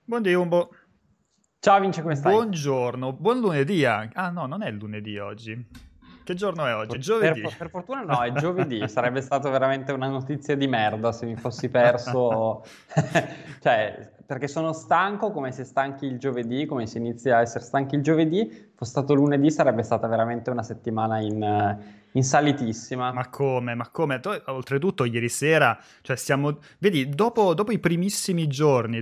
Buondì Umbo, Ciao Vince, come stai? buongiorno, buon lunedì anche. Ah no, non è lunedì oggi. Che giorno è oggi? Giovedì. Per fortuna no, è giovedì, sarebbe stata veramente una notizia di merda se mi fossi perso, cioè, perché sono stanco come se stanchi il giovedì, come se inizia a essere stanchi il giovedì, fosse stato lunedì sarebbe stata veramente una settimana in salitissima. Ma come? Ma come? Oltretutto ieri sera, cioè stiamo, vedi, dopo i primissimi giorni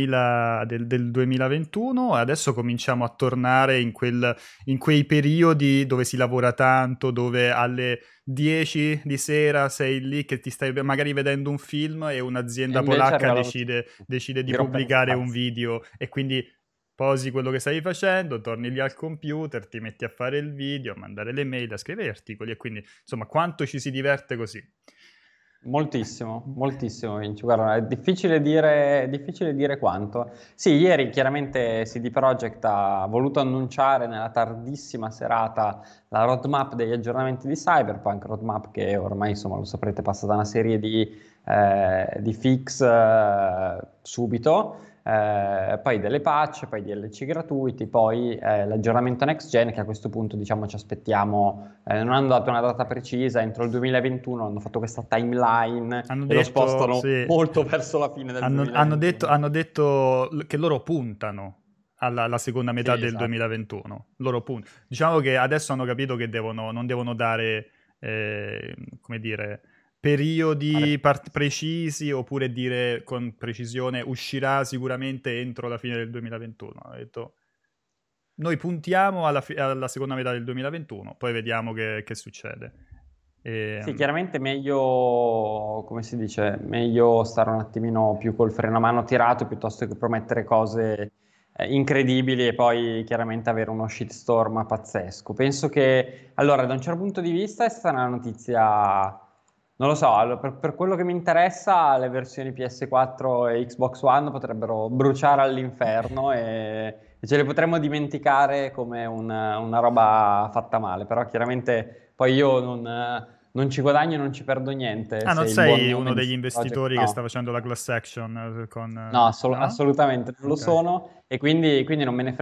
del 2021, adesso cominciamo a tornare in quei periodi dove si lavora tanto, dove alle 10 di sera sei lì che ti stai magari vedendo un film e E un'azienda invece polacca arriva la notizia decide di di rompere i pubblicare un cazzi. video e quindi posi quello che stavi facendo, torni lì al computer, ti metti a fare il video, a mandare le mail, a scrivere articoli e quindi, insomma, quanto ci si diverte così. Moltissimo, moltissimo, Vinci. Guarda, è difficile dire quanto. Sì, ieri chiaramente CD Projekt ha voluto annunciare nella tardissima serata la roadmap degli aggiornamenti di Cyberpunk, roadmap che ormai, insomma, lo saprete, passa da una serie di fix subito, poi delle patch, poi DLC gratuiti, poi l'aggiornamento next gen che a questo punto, diciamo, ci aspettiamo non hanno dato una data precisa, entro il 2021 hanno fatto questa timeline Hanno e lo detto, spostano sì, molto verso la fine del 2021. hanno detto che loro puntano alla seconda metà Sì, del esatto. 2021. Loro diciamo che adesso hanno capito che non devono dare, come dire, periodi precisi oppure dire con precisione uscirà sicuramente entro la fine del 2021. Hanno detto noi puntiamo alla seconda metà del 2021, poi vediamo che succede. E, Sì, chiaramente meglio, come si dice, meglio stare un attimino più col freno a mano tirato piuttosto che promettere cose incredibili e poi chiaramente avere uno shitstorm pazzesco. Penso che, allora, da un certo punto di vista è stata una notizia, non lo so, allora, per quello che mi interessa, le versioni PS4 e Xbox One potrebbero bruciare all'inferno e ce le potremmo dimenticare come una roba fatta male, però chiaramente poi io non ci guadagno e non ci perdo niente Ah, se non il buon sei nome uno di degli CD Projekt investitori che sta no. facendo la class action con... No, no? assolutamente non lo Ok. sono e quindi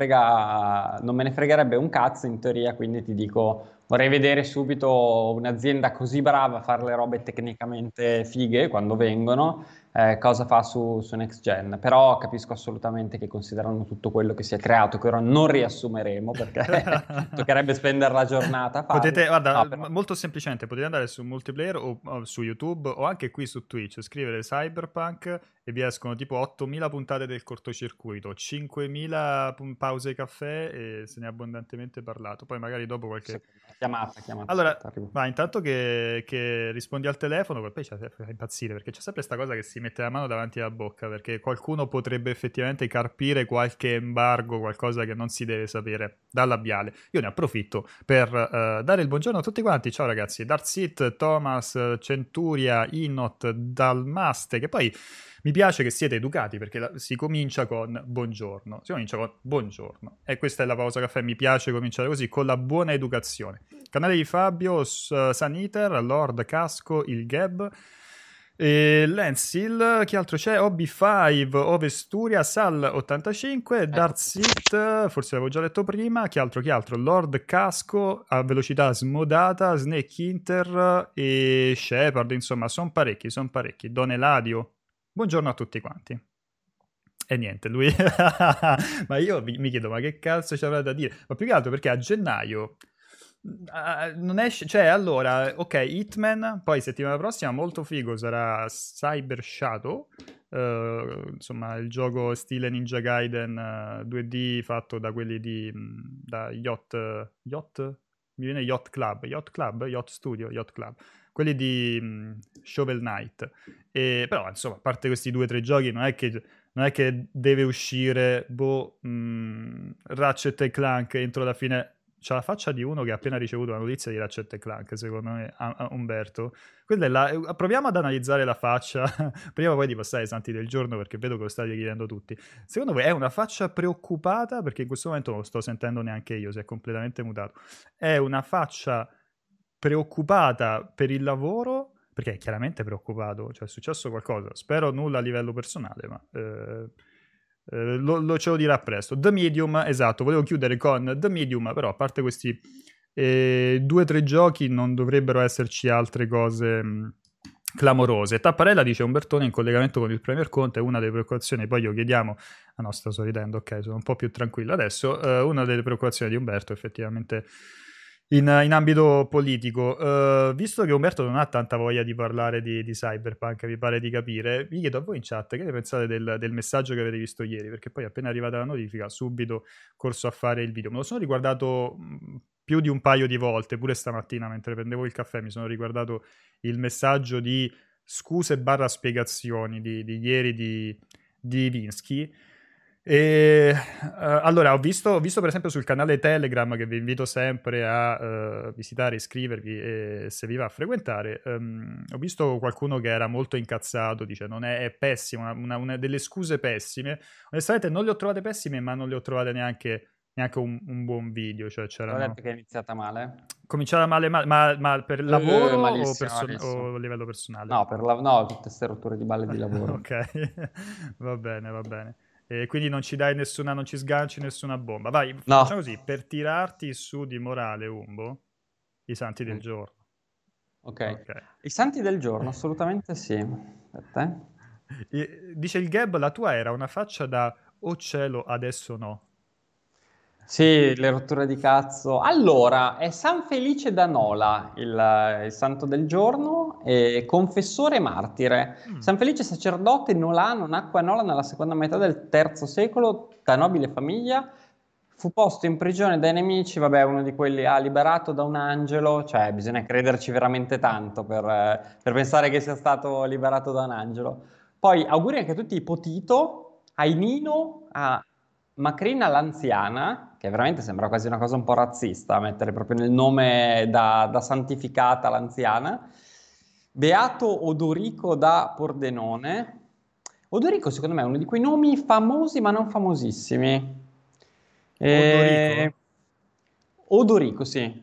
non me ne fregherebbe un cazzo in teoria, quindi ti dico, vorrei vedere subito un'azienda così brava a fare le robe tecnicamente fighe quando vengono, cosa fa su Next Gen, però capisco assolutamente che considerano tutto quello che si è creato, che ora non riassumeremo perché toccherebbe spendere la giornata a Potete, farlo, no, guarda, però molto semplicemente, potete andare su Multiplayer o su YouTube o anche qui su Twitch, scrivere Cyberpunk e vi escono tipo 8.000 puntate del cortocircuito, 5.000 pause caffè e se ne è abbondantemente parlato. Poi magari dopo qualche... secondo me, chiamata, Allora, aspetta, arrivo. va, intanto che rispondi al telefono, poi fa impazzire perché c'è sempre questa cosa che si mette la mano davanti alla bocca perché qualcuno potrebbe effettivamente carpire qualche embargo, qualcosa che non si deve sapere dal labiale. Io ne approfitto per dare il buongiorno a tutti quanti. Ciao ragazzi, Darkseid, Thomas, Centuria, Innot, Dalmaste, che poi mi piace che siete educati perché si comincia con buongiorno. Si comincia con buongiorno. E questa è la pausa caffè. Mi piace cominciare così, con la buona educazione. Canale di Fabio, Saniter, Lord Casco, il Gab. E Lensil, chi altro c'è? Obi5, Ovesturia, Sal85, Ecco. Darkseid, forse l'avevo già letto prima, chi altro? Chi altro? Lord Casco a velocità smodata, Snake Inter e Shepard, insomma, sono parecchi, sono parecchi. Don Eladio, buongiorno a tutti quanti. E niente, lui... ma io mi chiedo, ma che cazzo ci avrà da dire? Ma più che altro perché a gennaio non esce, cioè allora, ok, Hitman, poi settimana prossima molto figo sarà Cyber Shadow, insomma il gioco stile Ninja Gaiden 2D fatto da quelli da Yacht, mi viene Yacht Club, Yacht Studio, Yacht Club, quelli di Shovel Knight. E, però insomma, a parte questi due o tre giochi non è che deve uscire Ratchet e Clank entro la fine. C'ha la faccia di uno che ha appena ricevuto la notizia di Ratchet e Clank, secondo me, Umberto. Quella è proviamo ad analizzare la faccia prima poi di passare ai santi del giorno, perché vedo che lo state chiedendo tutti. Secondo voi è una faccia preoccupata? Perché in questo momento non lo sto sentendo neanche io, si è completamente mutato. È una faccia preoccupata per il lavoro? Perché è chiaramente preoccupato, cioè è successo qualcosa. Spero nulla a livello personale, ma Ce lo dirà presto. The Medium, esatto, volevo chiudere con The Medium, però a parte questi 2-3 giochi non dovrebbero esserci altre cose clamorose. Tapparella, dice Umbertone, in collegamento con il Premier Conte, una delle preoccupazioni, poi glielo chiediamo, no, sto sorridendo, ok, sono un po' più tranquillo adesso, una delle preoccupazioni di Umberto effettivamente in ambito politico, visto che Umberto non ha tanta voglia di parlare di Cyberpunk, mi pare di capire, vi chiedo a voi in chat che ne pensate del messaggio che avete visto ieri, perché poi appena è arrivata la notifica subito corso a fare il video. Me lo sono riguardato più di un paio di volte, pure stamattina mentre prendevo il caffè mi sono riguardato il messaggio di scuse barra spiegazioni di ieri di Vinsky. E allora ho visto per esempio sul canale Telegram, che vi invito sempre a visitare, iscrivervi e se vi va a frequentare, ho visto qualcuno che era molto incazzato, dice è pessimo, una delle scuse pessime. Onestamente non le ho trovate pessime, ma non le ho trovate neanche un buon video, cioè Ho c'erano... detto che è iniziata male. Cominciava male, ma per lavoro Malissimo, o malissimo. a livello personale? No, no, tutte queste rotture di balle di lavoro. Ok, va bene, va bene. E quindi non ci dai nessuna, non ci sganci nessuna bomba. Vai, No. facciamo così, per tirarti su di morale, Umbo, i santi del giorno. Ok. I santi del giorno, assolutamente sì. Aspetta. Dice il Gab, la tua era una faccia da "oh cielo, adesso no". Sì, le rotture di cazzo. Allora, è San Felice da Nola, il santo del giorno, e confessore martire. San Felice sacerdote nolano, nacque a Nola nella seconda metà del III secolo, da nobile famiglia. Fu posto in prigione dai nemici, vabbè, uno di quelli liberato da un angelo, cioè bisogna crederci veramente tanto per pensare che sia stato liberato da un angelo. Poi auguri anche a tutti i Potito, a Inino, a Macrina l'anziana, che veramente sembra quasi una cosa un po' razzista, mettere proprio nel nome da santificata l'anziana. Beato Odorico da Pordenone. Odorico secondo me è uno di quei nomi famosi ma non famosissimi. Odorico? Odorico, sì.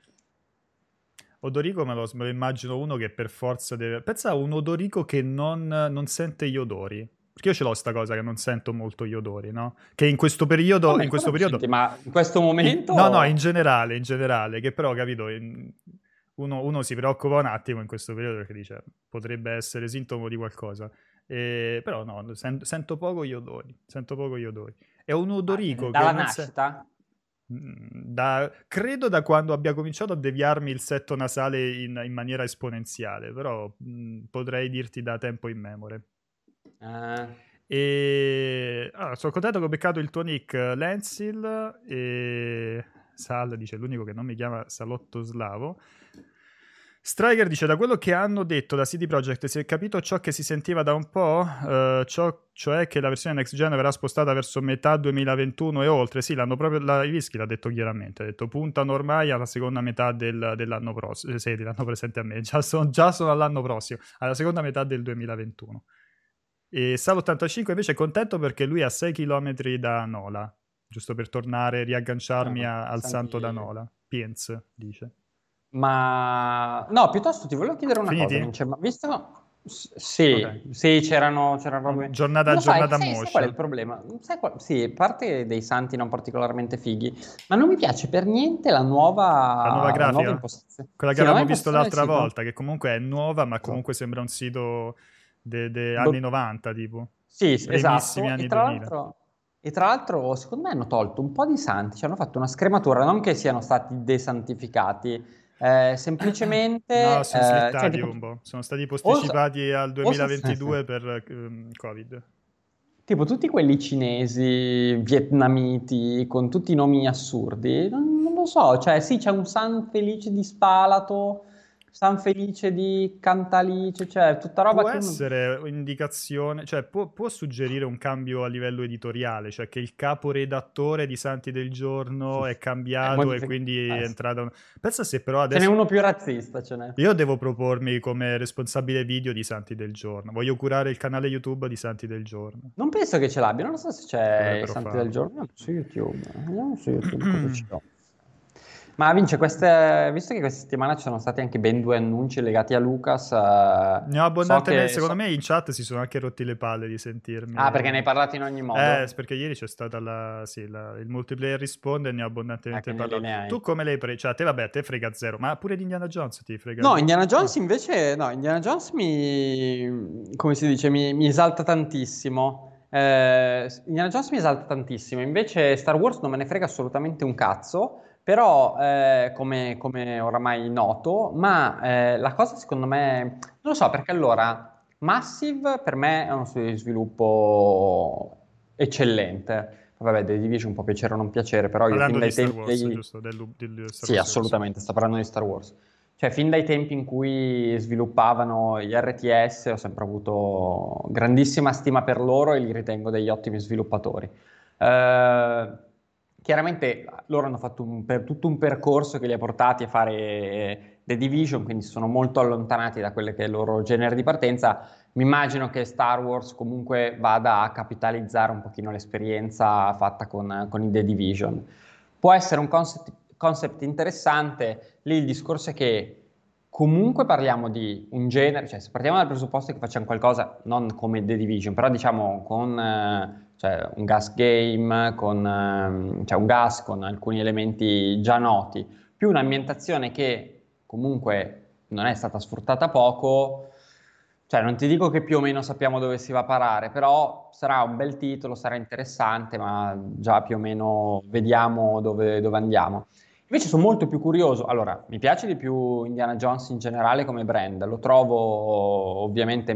Odorico me lo immagino uno che per forza deve... Pensa a un Odorico che non sente gli odori. Perché io ce l'ho sta cosa che non sento molto gli odori, no? Che in questo periodo... Come? In questo Cosa periodo senti? Ma in questo momento? no, in generale, che però, capito, uno si preoccupa un attimo in questo periodo perché dice potrebbe essere sintomo di qualcosa. Però no, sento poco gli odori, sento poco gli odori. È un odorico che Dalla non nascita? credo da quando abbia cominciato a deviarmi il setto nasale in maniera esponenziale, però potrei dirti da tempo in memoria. Sono contento che ho beccato il tuo nick, Lensil, e Sal dice l'unico che non mi chiama Salotto Slavo. Striker dice da quello che hanno detto da CD Projekt si è capito ciò che si sentiva da un po', cioè che la versione next gen verrà spostata verso metà 2021 e oltre. Sì, l'hanno proprio, Ivischi l'ha detto chiaramente, ha detto puntano ormai alla seconda metà dell'anno prossimo, sì, dell'anno presente a me, già sono all'anno prossimo, alla seconda metà del 2021. E Sal85 invece è contento perché lui è a 6 km da Nola, giusto per tornare, riagganciarmi al santo da Nola. Pienz, dice. Ma no, piuttosto ti volevo chiedere una cosa, Finiti? Vince, ma visto... Sì, Ok. sì, c'erano robe... Giornata Lo sai, sai qual è moscia. il problema? Sì, a parte dei santi non particolarmente fighi, ma non mi piace per niente La nuova la nuova grafica? impostazione. Quella che Sì, la nuova avevamo visto impostazione del l'altra sito. volta, che comunque è nuova, ma Esatto. comunque sembra un sito anni Boh, 90, tipo. sì, Primissimi esatto. anni 2000. E tra l'altro, secondo me hanno tolto un po' di santi, ci hanno fatto una scrematura, non che siano stati desantificati, No, semplicemente, sono cioè, slittati tipo, un po'. Sono stati o, posticipati al o- 2022 per Covid. tipo tutti quelli cinesi, vietnamiti, con tutti i nomi assurdi, non lo so, cioè sì, c'è un San Felice di Spalato, San Felice di Cantalice, cioè tutta roba Può che essere indicazione, cioè può suggerire un cambio a livello editoriale, cioè che il caporedattore di Santi del Giorno è cambiato e quindi è sì. entrato... Pensa se però Ce n'è adesso... uno più razzista, ce n'è. Io devo propormi come responsabile video di Santi del Giorno. Voglio curare il canale YouTube di Santi del Giorno. Non penso che ce l'abbia, non so se c'è i Dovrebbero Santi del farlo. Giorno. Andiamo su YouTube cosa ci offre. Ma Vince, visto che questa settimana ci sono stati anche ben due annunci legati a Lucas, Ne ho so abbondantemente, che... secondo me in chat si sono anche rotti le palle di Ah, perché ne sentirmi. hai parlato in ogni modo? Perché ieri c'è stata il multiplayer risponde e ne ho abbondantemente Quindi lì parlato. ne Tu hai. come l'hai preso? Cioè, a te vabbè, a te frega zero, ma pure di Indiana Jones ti frega No, zero? Indiana Ah. Jones invece, no, Indiana Jones come si dice, mi esalta tantissimo. Indiana Jones mi esalta tantissimo, invece Star Wars non me ne frega assolutamente un cazzo, però come oramai noto, ma la cosa secondo me, non lo so, perché allora Massive per me è uno studio di sviluppo eccellente. Vabbè, The Division può piacere o non piacere, però io fin Parlando di dai Star tempi Wars, dei... giusto? Del Star Sì, Wars Evolution. assolutamente, sto parlando di Star Wars. Cioè, fin dai tempi in cui sviluppavano gli RTS, ho sempre avuto grandissima stima per loro e li ritengo degli ottimi sviluppatori. Chiaramente loro hanno fatto tutto un percorso che li ha portati a fare The Division, quindi si sono molto allontanati da quelle che è il loro genere di partenza. Mi immagino che Star Wars comunque vada a capitalizzare un pochino l'esperienza fatta con i The Division. Può essere un concept interessante. Lì il discorso è che comunque parliamo di un genere, cioè se partiamo dal presupposto che facciamo qualcosa non come The Division, però diciamo con cioè, un gas game, cioè un gas con alcuni elementi già noti, più un'ambientazione che comunque non è stata sfruttata poco. Cioè, non ti dico che più o meno sappiamo dove si va a parare, però sarà un bel titolo, sarà interessante, ma già più o meno vediamo dove andiamo. Invece sono molto più curioso. Allora, mi piace di più Indiana Jones in generale come brand, lo trovo ovviamente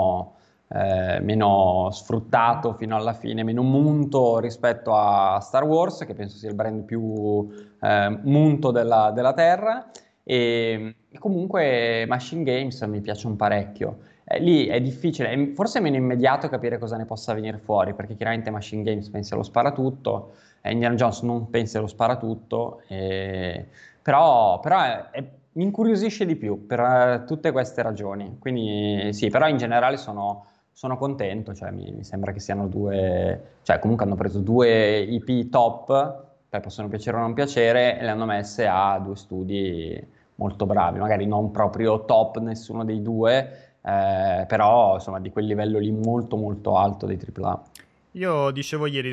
meno Mhm. sfruttato fino alla fine, meno munto rispetto a Star Wars, che penso sia il brand più munto della Terra. E comunque Machine Games mi piace un parecchio. Lì è difficile, forse è meno immediato capire cosa ne possa venire fuori, perché chiaramente Machine Games pensa allo sparatutto, Indiana Jones non pensa allo sparatutto, però mi incuriosisce di più per tutte queste ragioni. Quindi sì, però in generale sono contento, cioè mi sembra che siano due, cioè comunque hanno preso due IP top, poi possono piacere o non piacere, e le hanno messe a due studi molto bravi, magari non proprio top nessuno dei due, però insomma di quel livello lì molto molto alto dei AAA. Io dicevo ieri,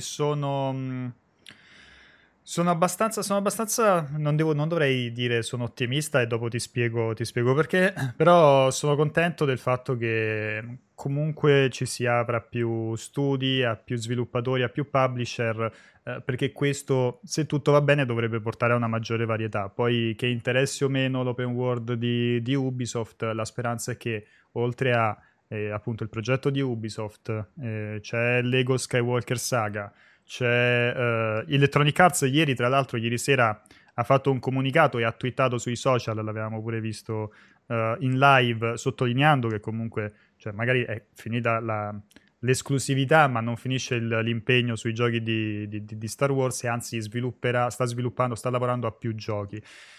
sono abbastanza, non dovrei dire sono ottimista e dopo ti spiego perché, però sono contento del fatto che comunque ci si apra a più studi, a più sviluppatori, a più publisher, perché questo, se tutto va bene, dovrebbe portare a una maggiore varietà. Poi che interessi o meno l'open world di Ubisoft, la speranza è che oltre a appunto il progetto di Ubisoft, c'è Lego Skywalker Saga, c'è Electronic Arts ieri, tra l'altro, ieri sera ha fatto un comunicato e ha twittato sui social, l'avevamo pure visto in live, sottolineando che comunque, cioè magari è finita l'esclusività, ma non finisce l'impegno sui giochi di Star Wars e anzi sta lavorando a più giochi.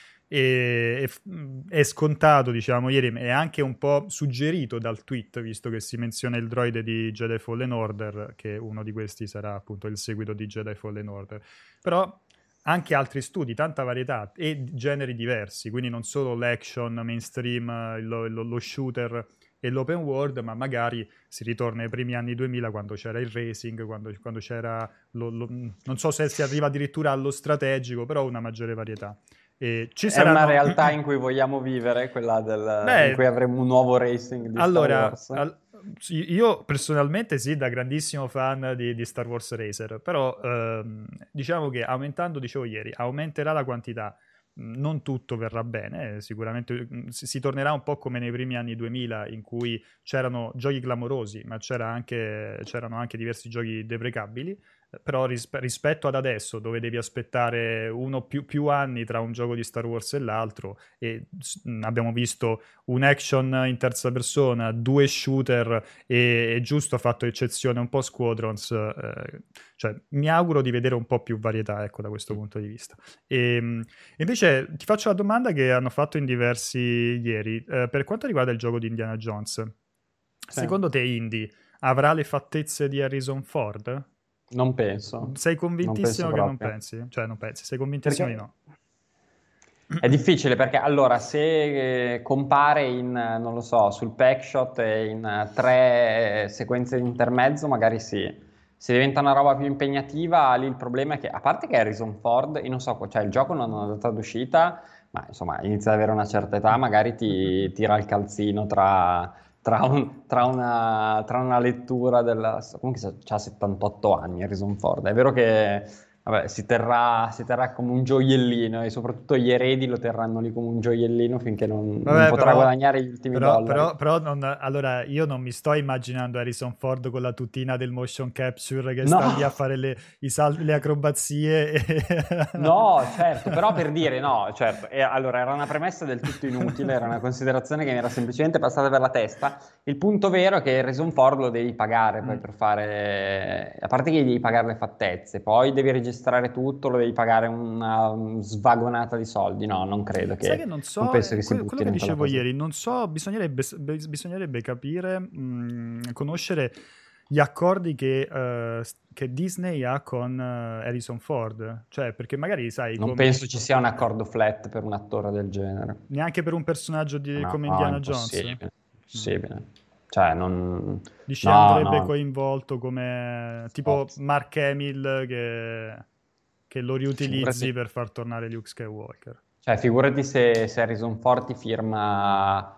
È scontato, diciamo, ieri, è anche un po' suggerito dal tweet, visto che si menziona il droide di Jedi Fallen Order, che uno di questi sarà appunto il seguito di Jedi Fallen Order. Però anche altri studi, tanta varietà e generi diversi, quindi non solo l'action mainstream, lo shooter e l'open world, ma magari si ritorna ai primi anni 2000 quando c'era il racing, quando c'era, non so se si arriva addirittura allo strategico, però una maggiore varietà. E ci È una saranno... realtà in cui vogliamo vivere, quella in Beh, cui avremo un nuovo racing di Star allora, Wars. sì, io personalmente sì, da grandissimo fan di Star Wars Racer, però diciamo che aumentando, dicevo ieri, aumenterà la quantità. Non tutto verrà bene, sicuramente si tornerà un po' come nei primi anni 2000 in cui c'erano giochi clamorosi, ma c'erano anche diversi giochi deprecabili, però rispetto ad adesso dove devi aspettare più anni tra un gioco di Star Wars e l'altro e abbiamo visto un action in terza persona, due shooter e giusto ha fatto eccezione un po' Squadrons, cioè mi auguro di vedere un po' più varietà, ecco, da questo punto di vista. Invece ti faccio la domanda che hanno fatto in diversi ieri, per quanto riguarda il gioco di Indiana Jones, Sì, secondo te Indy avrà le fattezze di Harrison Ford? non penso, Sei non penso convintissimo che non proprio. pensi? Cioè non pensi, sei convintissimo di Perché no? È difficile perché allora se compare in, non lo so, sul packshot e in tre sequenze di intermezzo, magari sì. Se diventa una roba più impegnativa, lì il problema è che, a parte che Harrison Ford, io non so, cioè il gioco non è data d'uscita, ma insomma inizia ad avere una certa età, magari ti tira il calzino tra una lettura della... Comunque ha 78 anni Harrison Ford, è vero che vabbè, si terrà come un gioiellino e soprattutto gli eredi lo terranno lì come un gioiellino finché non Vabbè, potrà guadagnare gli ultimi dollari. però allora io non mi sto immaginando Harrison Ford con la tutina del motion capture che No, sta lì a fare le acrobazie. no, certo, però per dire no, certo. E allora era una premessa del tutto inutile, era una considerazione che mi era semplicemente passata per la testa. Il punto vero è che il Harrison Ford lo devi pagare poi Mm. per fare, a parte che gli devi pagare le fattezze, poi devi registrare tutto, lo devi pagare una svagonata di soldi. No, non credo Sai che che, non non so, penso che si quello che buttino in quella dicevo cosa. ieri, non so, bisognerebbe capire, conoscere gli accordi che Disney ha con Harrison Ford, cioè perché magari sai, Non penso ci sia un accordo flat per un attore del genere. neanche per un personaggio No, come no, Indiana Jones. impossibile, Mm. impossibile. Cioè, non... Dice No, andrebbe no, coinvolto come tipo sforzo. Mark Hamill che lo riutilizzi Figurati, per far tornare Luke Skywalker. cioè, figurati se Harrison Ford ti firma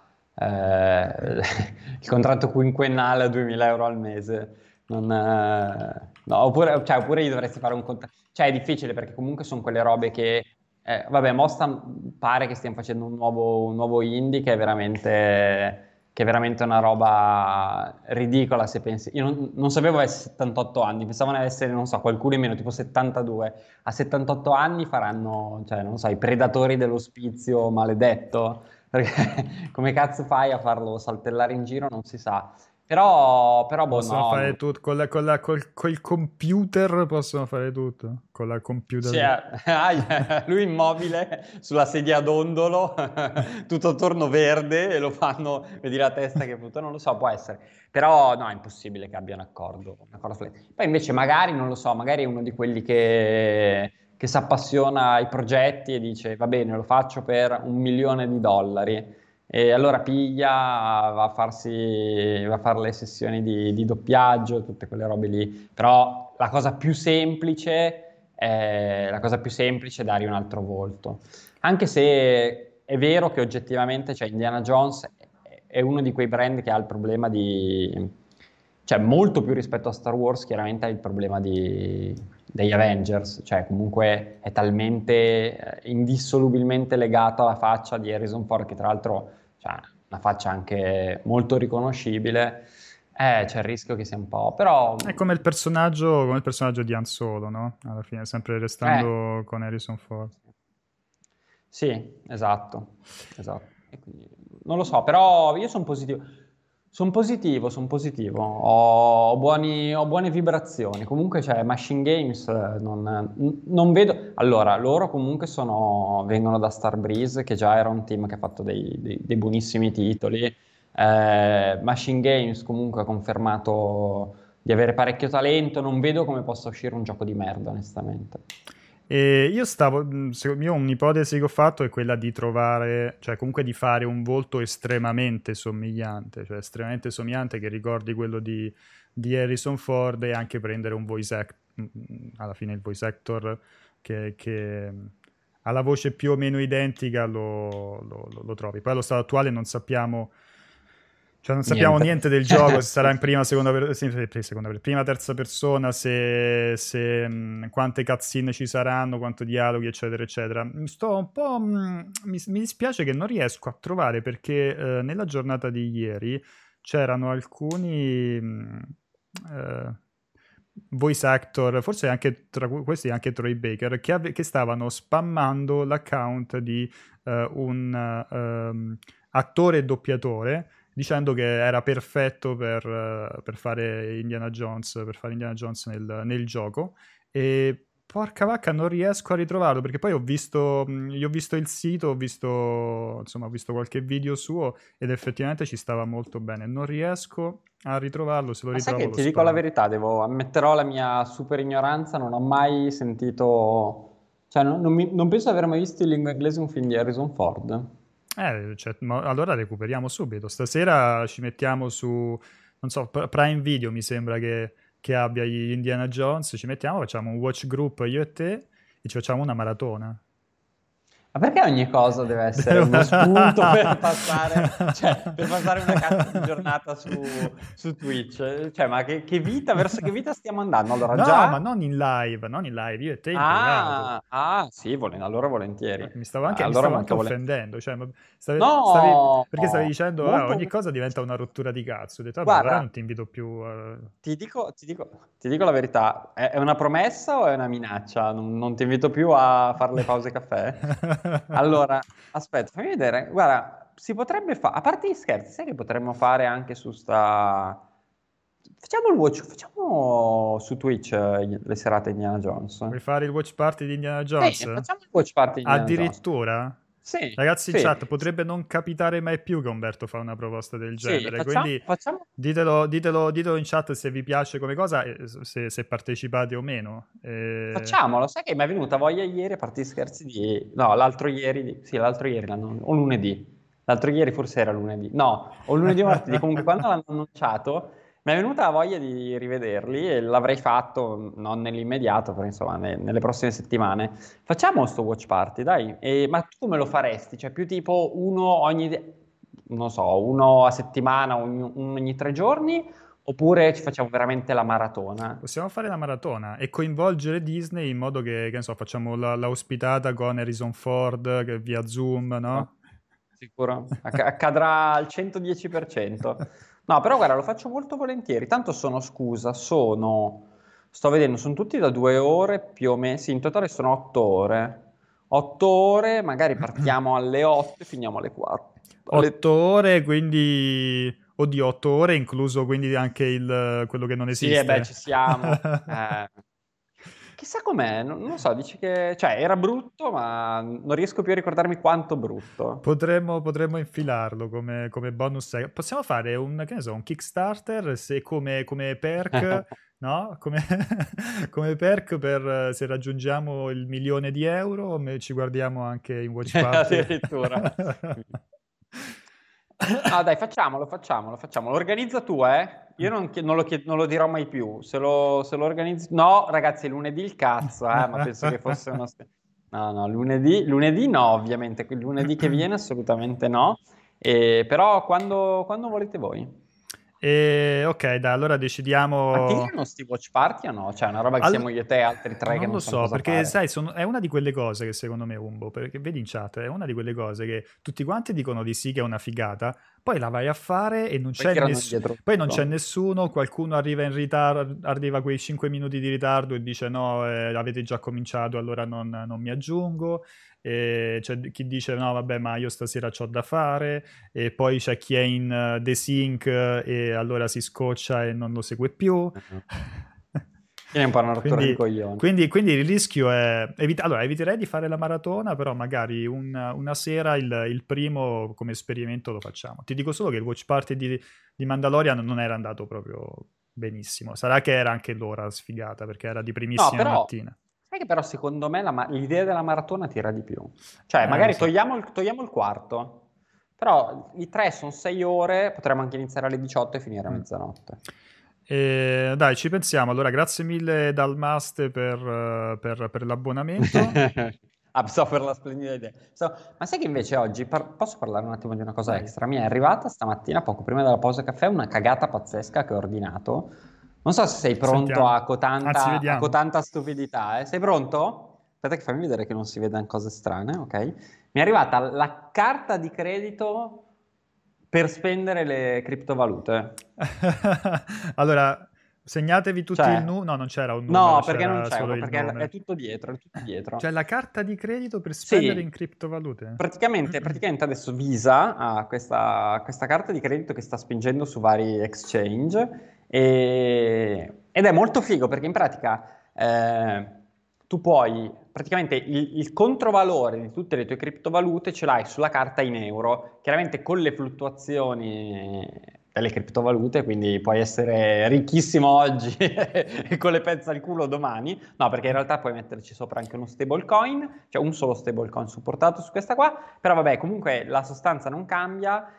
il contratto quinquennale a 2000 euro al mese. No, oppure gli dovresti fare un contratto. Cioè, è difficile perché comunque sono quelle robe che... vabbè, pare che stiamo facendo un nuovo indie che è veramente una roba ridicola se pensi. Io non sapevo avesse 78 anni, pensavo ne avesse, non so, qualcuno in meno, tipo 72. A 78 anni faranno, cioè, non so, i predatori dell'ospizio maledetto, perché come cazzo fai a farlo saltellare in giro non si sa. Però boh, Possono no, fare tutto, col computer possono fare tutto, con la sì, computer. lui immobile sulla sedia a dondolo, tutto attorno verde e lo fanno, vedi la testa che punta, non lo so, può essere. Però no, è impossibile che abbia un accordo Poi invece magari, non lo so, magari è uno di quelli che si appassiona ai progetti e dice va bene, lo faccio per $1 milione. E allora piglia, va a fare le sessioni di doppiaggio, tutte quelle robe lì. Però la cosa più semplice è dargli un altro volto. Anche se è vero che oggettivamente, cioè, Indiana Jones è uno di quei brand che ha il problema di... Cioè, molto più rispetto a Star Wars, chiaramente ha il problema degli Avengers. Cioè, comunque è talmente indissolubilmente legato alla faccia di Harrison Ford, che tra l'altro ha una faccia anche molto riconoscibile. C'è il rischio che sia un po'... È Però... come il personaggio di Han Solo, no? Alla fine, sempre Eh, restando con Harrison Ford. sì, esatto, esatto. E quindi, non lo so, però io sono positivo. Sono positivo, sono positivo. Ho buone vibrazioni. Comunque, cioè, Machine Games non vedo... Allora, loro comunque vengono da Starbreeze, che già era un team che ha fatto dei buonissimi titoli. Machine Games comunque ha confermato di avere parecchio talento. Non vedo come possa uscire un gioco di merda, onestamente. E io un'ipotesi che ho fatto è quella di trovare, cioè comunque di fare un volto estremamente somigliante che ricordi quello di Harrison Ford e anche prendere un alla fine il voice actor che ha la voce più o meno identica lo trovi. Poi allo stato attuale non sappiamo Niente. niente del gioco, se sarà in prima, prima, terza persona, quante cutscene ci saranno, quanto dialoghi, eccetera, eccetera. Mi dispiace che non riesco a trovare perché nella giornata di ieri c'erano alcuni eh, voice actor, forse anche tra questi anche Troy Baker, che stavano spammando l'account di un attore e doppiatore dicendo che era perfetto per fare Indiana Jones nel gioco. E porca vacca, non riesco a ritrovarlo perché poi gli ho visto il sito, insomma, ho visto qualche video suo ed effettivamente ci stava molto bene. Non riesco a ritrovarlo, se lo Ma sai ritrovo che lo ti dico la sparo. verità, ammetterò la mia super ignoranza, non ho mai sentito Cioè, non penso di aver mai visto in lingua inglese un film di Harrison Ford. Cioè, allora recuperiamo subito. Stasera ci mettiamo su, non so, Prime Video mi sembra che abbia gli Indiana Jones. Ci mettiamo, facciamo un watch group io e te e ci facciamo una maratona. Ma perché ogni cosa deve essere uno spunto cioè, per passare una cazzo di giornata su Twitch? Cioè, ma verso che vita stiamo andando? Allora, No, ma già... non in live, non in live, io e te in privato. Sì, allora volentieri. Mi Allora stavo anche molto volentieri. offendendo, cioè, No, perché stavi dicendo, molto... ogni cosa diventa una rottura di cazzo. Ho detto, vabbè, allora Guarda, non ti invito più. ti dico la verità, è una promessa o è una minaccia? Non ti invito più a fare le pause caffè? Allora, aspetta, fammi vedere. Guarda, si potrebbe fare, a parte gli scherzi, sai che potremmo fare anche su sta... Facciamo il watch, facciamo su Twitch le serate Indiana Jones. Vuoi fare il watch party di Indiana Sì, Jones? facciamo il watch party di Indiana Jones. Addirittura? Sì, Ragazzi in sì, chat, potrebbe non capitare mai più che Umberto fa una proposta del sì, genere, quindi facciamo... ditelo in chat se vi piace come cosa e se partecipate o meno. Facciamolo, sai che mi è venuta voglia ieri, a parte gli scherzi, di... No, l'altro ieri, sì, l'altro ieri, o lunedì. L'altro ieri forse era lunedì. No, o lunedì o martedì. Comunque, quando l'hanno annunciato, mi è venuta la voglia di rivederli e l'avrei fatto, non nell'immediato, però insomma, nelle prossime settimane. Facciamo sto watch party, dai. Ma tu come lo faresti? Cioè, più tipo uno ogni... Non so, uno a settimana, ogni 3 giorni? Oppure ci facciamo veramente la maratona? Possiamo fare la maratona e coinvolgere Disney in modo che ne so, facciamo la ospitata con Harrison Ford via Zoom, Sicuro, no? sicuro. Accadrà al 110%. No, però guarda, lo faccio molto volentieri. Tanto sono, scusa, sto vedendo, sono tutti da 2 ore più o meno, sì, in totale sono 8 ore. 8 ore, magari partiamo alle 8 e finiamo alle 4. 8 ore, quindi... Oddio, 8 ore, incluso quindi anche quello che non Sì, e beh, esiste. ci siamo. Chissà com'è, non so, dici che... Cioè, era brutto, ma non riesco più a ricordarmi quanto brutto. Potremmo infilarlo come bonus. Possiamo fare che ne so, un Kickstarter come perk, no? Come perk per se raggiungiamo il 1.000.000 di euro, ci guardiamo anche in Watch Party. Addirittura. No, dai, facciamolo. Organizza tu, eh? Io non lo dirò mai più. Se lo organizzi... No, ragazzi, lunedì il cazzo, ma penso che fosse uno... No, no, lunedì no, ovviamente. Il lunedì che viene assolutamente no. Però quando volete voi. E ok, dai, allora Ma ti decidiamo. dicono sti watch party o no? Cioè, una roba che siamo Al- io e te e altri tre che Non lo non sanno so, cosa perché fare. sai, è una di quelle cose che secondo me, Umbo, perché vedi in chat, è una di quelle cose che tutti quanti dicono di sì che è una figata, poi la vai a fare e Poi tirano indietro non c'è tutto. nessuno, qualcuno arriva in ritardo, arriva quei 5 minuti di ritardo e dice no, avete già cominciato, allora non mi aggiungo. E c'è chi dice no, vabbè, ma io stasera c'ho da fare, e poi c'è chi è in desync e allora si scoccia e non lo segue più. Viene un po' una rottura di Quindi, coglioni. quindi il rischio è... allora, eviterei di fare la maratona, però magari una sera il primo come esperimento lo facciamo. Ti dico solo che il watch party di Mandalorian non era andato proprio benissimo. Sarà che era anche l'ora sfigata, perché era di No, primissima però, mattina. sai che però secondo me l'idea della maratona tira di più. Cioè, Lo magari so. togliamo il quarto, però i tre sono 6 ore, potremmo anche iniziare alle 18 e finire a Mm. mezzanotte. E, dai, ci pensiamo. Allora, grazie mille Dalmaste per l'abbonamento. So per la splendida idea. Ma sai che invece oggi, posso parlare un attimo di una cosa Vai. extra? Mi è arrivata stamattina, poco prima della pausa caffè, una cagata pazzesca che ho ordinato. Non so se sei pronto Sentiamo. Anzi, a vediamo. cotanta stupidità, eh? Sei pronto? Aspetta che fammi vedere che non si vedano cose strane, ok? Mi è arrivata la carta di credito per spendere le criptovalute. Allora, segnatevi tutti il Cioè, numero. No, non c'era un numero, no, perché non c'era c'è, solo il perché è nome. tutto dietro, è tutto dietro. C'è la carta di credito per spendere in Sì, criptovalute? praticamente adesso Visa ha questa carta di credito che sta spingendo su vari exchange ed è molto figo perché in pratica tu puoi, praticamente il controvalore di tutte le tue criptovalute ce l'hai sulla carta in euro, chiaramente con le fluttuazioni delle criptovalute, quindi puoi essere ricchissimo oggi e con le pezze al culo domani. No, perché in realtà puoi metterci sopra anche uno stablecoin, cioè un solo stablecoin supportato su questa qua, però vabbè, comunque la sostanza non cambia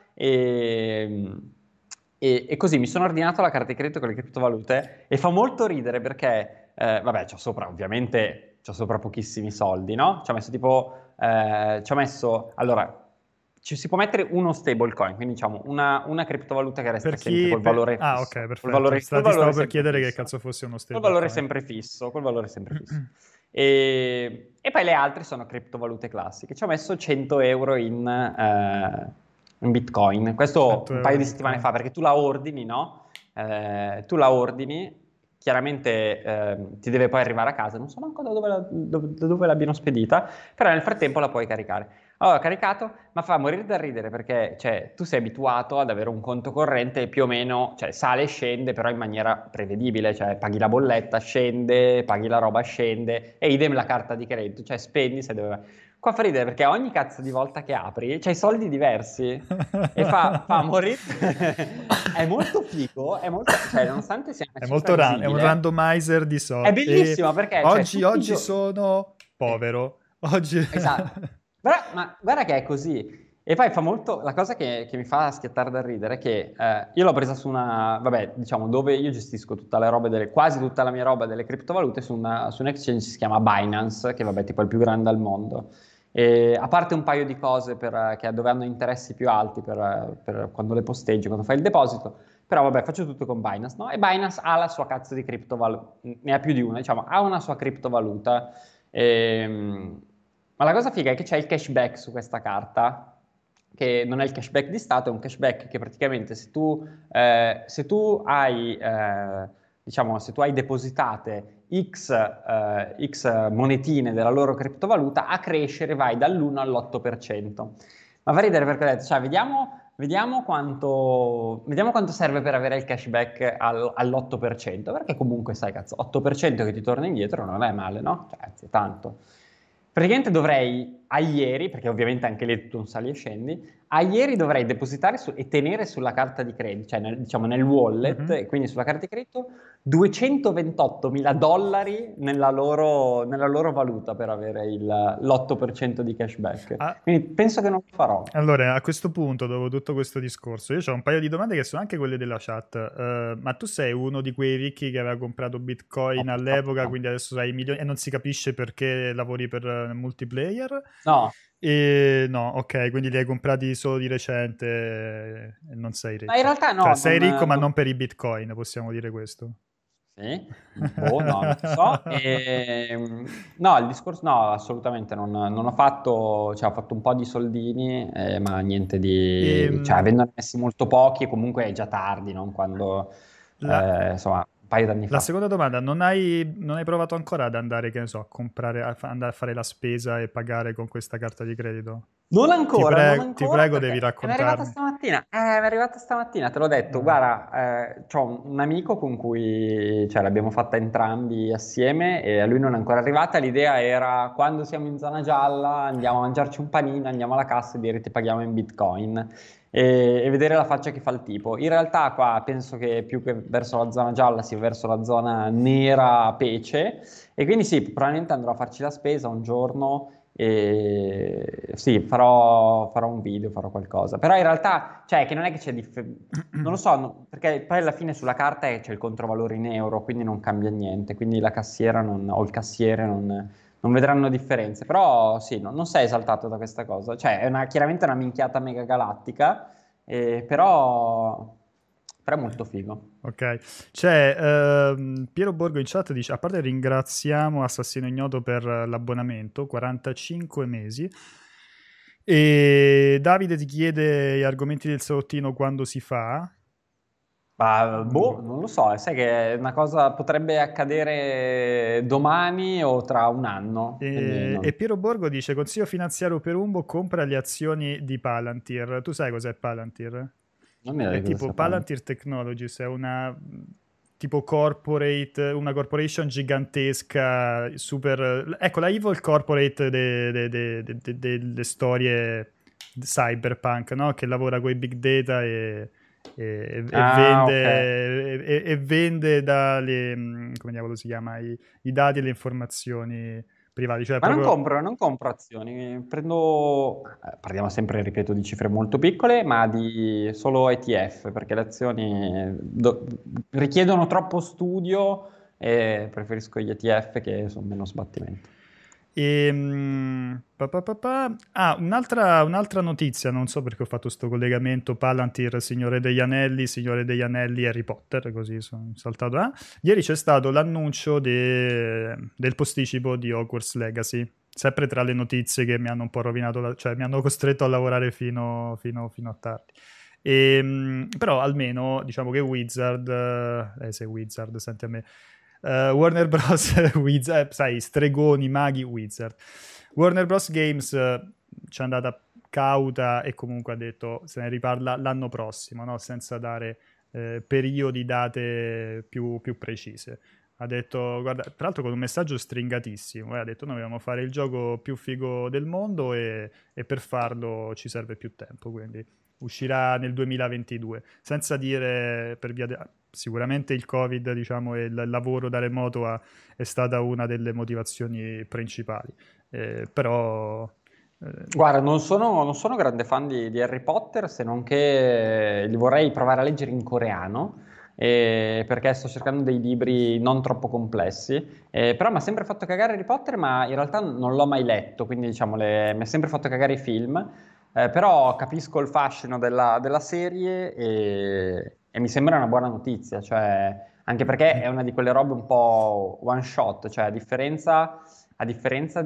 e così mi sono ordinato la carta di credito con le criptovalute e fa molto ridere perché, vabbè, c'ho sopra ovviamente, c'ho sopra pochissimi soldi, no? Ci ho messo tipo, allora, ci si può mettere uno stablecoin, quindi diciamo una criptovaluta che resta sempre col valore Ah, fisso, ok, perfetto. Ti col stavo valore per sempre chiedere che fisso, cazzo fosse uno col valore stablecoin. sempre fisso, col valore sempre fisso. E poi le altre sono criptovalute classiche. Ci ho messo 100 euro in Bitcoin. Questo 100 un euro paio in di settimane Bitcoin. fa, perché tu la ordini, no? Tu la ordini, chiaramente ti deve poi arrivare a casa. Non so manco da dove l'abbiano spedita, però nel frattempo la puoi caricare. Allora, ho caricato, ma fa morire da ridere perché cioè, tu sei abituato ad avere un conto corrente più o meno, cioè sale e scende, però in maniera prevedibile, cioè paghi la bolletta, scende, paghi la roba, scende, e idem la carta di credito, cioè spendi se dove... Qua fa ridere perché ogni cazzo di volta che apri c'hai soldi diversi e fa morire. È molto figo, cioè nonostante sia una È cifra è un risibile, randomizer di è soldi. E bellissimo perché cioè, tutti i oggi giorni... sono povero. Oggi... Esatto. Ma guarda che è così. E poi fa molto. La cosa che mi fa schiattare da ridere è che io l'ho presa su una. Vabbè, diciamo, dove io gestisco tutta la roba quasi tutta la mia roba delle criptovalute su un exchange che si chiama Binance, che vabbè, tipo è il più grande al mondo. E, a parte un paio di cose dove hanno interessi più alti per quando le posteggi, quando fai il deposito. Però vabbè, faccio tutto con Binance, no? E Binance ha la sua cazzo di criptovaluta, ne ha più di una, diciamo, ha una sua criptovaluta. Ma la cosa figa è che c'è il cashback su questa carta, che non è il cashback di Stato, è un cashback che praticamente se tu hai, diciamo, se tu hai depositate X monetine della loro criptovaluta, a crescere vai dall'1 all'8%. Ma fa ridere perché ho detto, cioè, vediamo quanto serve per avere il cashback all'8%, perché comunque sai, cazzo, 8% che ti torna indietro non è male, no? Cioè, anzi, è tanto. Praticamente dovrei, a ieri, perché ovviamente anche lì è tutto un sali e scendi, a ieri dovrei depositare e tenere sulla carta di credito, cioè diciamo nel wallet, Mhm. e quindi sulla carta di credito, 228 mila dollari nella loro valuta per avere l'8% di cashback. Ah, Quindi penso che non lo farò. allora, a questo punto, dopo tutto questo discorso, io ho un paio di domande che sono anche quelle della chat. Ma tu sei uno di quei ricchi che aveva comprato No, Bitcoin purtroppo all'epoca, no. quindi adesso hai milioni e non si capisce perché lavori per multiplayer? No, E no, ok, quindi li hai comprati solo di recente e non sei ma in ricco. realtà Cioè, no, sei ricco, ma non per i Bitcoin, possiamo dire questo. Sì? Boh, no, non lo so. No, il discorso, no, assolutamente non ho fatto, cioè ho fatto un po' di soldini, ma niente di, cioè Ehm, avendone messi molto pochi, comunque è già tardi, non? Quando, la, insomma, un paio d'anni La fa. seconda domanda, non hai provato ancora ad andare, che ne so, a comprare, andare a fare la spesa e pagare con questa carta di credito? Non Ti ancora prego, devi perché mi è arrivata raccontarmi. stamattina. Mi è arrivata stamattina, te l'ho detto. Ah. Guarda, c'ho un amico con cui, cioè, l'abbiamo fatta entrambi assieme e a lui non è ancora arrivata. L'idea era quando siamo in zona gialla andiamo a mangiarci un panino, andiamo alla cassa e dire ti paghiamo in Bitcoin e vedere la faccia che fa il tipo. In realtà qua penso che più che verso la zona gialla sia verso la zona nera pece e quindi sì, probabilmente andrò a farci la spesa un giorno e sì, farò un video, farò qualcosa. Però in realtà, cioè, che non è che c'è non lo so, perché poi alla fine sulla carta c'è il controvalore in euro, quindi non cambia niente. Quindi la cassiera o il cassiere non vedranno differenze. Però sì, non sei esaltato da questa cosa. Cioè, chiaramente una minchiata mega galattica, però è molto figo. Ok, c'è Piero Borgo in chat dice, a parte ringraziamo Assassino Ignoto per l'abbonamento, 45 mesi, e Davide ti chiede gli argomenti del salottino quando si fa. Ma Mm. boh, non lo so, sai che è una cosa potrebbe accadere domani o tra un anno, quindi E Piero Borgo dice, consiglio finanziario per Umbo, compra le azioni di Palantir. Tu sai cos'è Palantir? non mi È ricordo cosa tipo stai parlando. Palantir Technologies, è una tipo corporate, una corporation gigantesca, super... Ecco, la evil corporate delle storie cyberpunk, no? Che lavora con i big data e Ah, ok. e vende come diavolo si chiama, i dati e le informazioni private, cioè Ma proprio... non compro azioni, prendo, parliamo sempre, ripeto, di cifre molto piccole, ma di solo ETF, perché le azioni richiedono troppo studio e preferisco gli ETF che sono meno sbattimento. Un'altra notizia, non so perché ho fatto sto collegamento, Palantir, Signore degli Anelli, Harry Potter, così sono saltato. Ieri c'è stato l'annuncio del posticipo di Hogwarts Legacy, sempre tra le notizie che mi hanno un po' rovinato, cioè mi hanno costretto a lavorare fino a tardi. Però almeno diciamo che Wizard, se Wizard, senti a me, Warner Bros. Wizard, sai, stregoni, maghi, Wizard. Warner Bros. Games ci è andata cauta e comunque ha detto se ne riparla l'anno prossimo, no? Senza dare periodi, date più precise. Ha detto, guarda, tra l'altro con un messaggio stringatissimo, ha detto noi dobbiamo fare il gioco più figo del mondo e per farlo ci serve più tempo, quindi uscirà nel 2022, senza dire per via sicuramente il Covid, diciamo, e il lavoro da remoto è stata una delle motivazioni principali, però Guarda, non sono grande fan di Harry Potter, se non che li vorrei provare a leggere in coreano, perché sto cercando dei libri non troppo complessi, però mi ha sempre fatto cagare Harry Potter, ma in realtà non l'ho mai letto, quindi diciamo mi ha sempre fatto cagare i film, però capisco il fascino della serie e mi sembra una buona notizia, cioè, anche perché è una di quelle robe un po' one shot, cioè a differenza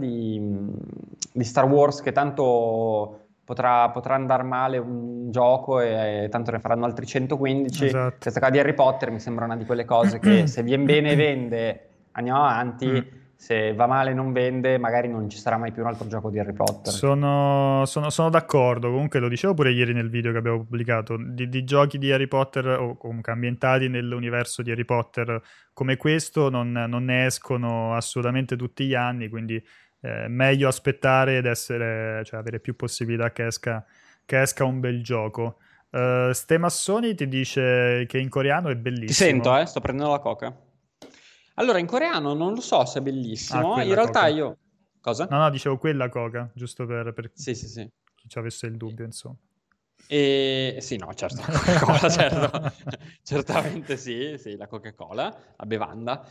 di Star Wars, che tanto potrà andare male un gioco e tanto ne faranno altri 115, esatto. questa qua di Harry Potter mi sembra una di quelle cose che se viene bene vende, andiamo Mm. avanti, se va male non vende, magari non ci sarà mai più un altro gioco di Harry Potter. Sono d'accordo, comunque lo dicevo pure ieri nel video che abbiamo pubblicato, di giochi di Harry Potter o comunque ambientati nell'universo di Harry Potter come questo non ne escono assolutamente tutti gli anni, quindi meglio aspettare ed essere, cioè avere più possibilità che esca un bel gioco. Ste Massoni ti dice che in coreano è Ti sento, bellissimo. sto prendendo la coca. Allora, in coreano non lo so se è Ah, bellissimo, in quella realtà coca. io... Cosa? No, no, dicevo quella coca, giusto per Sì, sì, sì. chi ci avesse il dubbio, insomma. E sì, no, certo, la Coca-Cola, certo, certamente sì, sì, la Coca-Cola, la bevanda.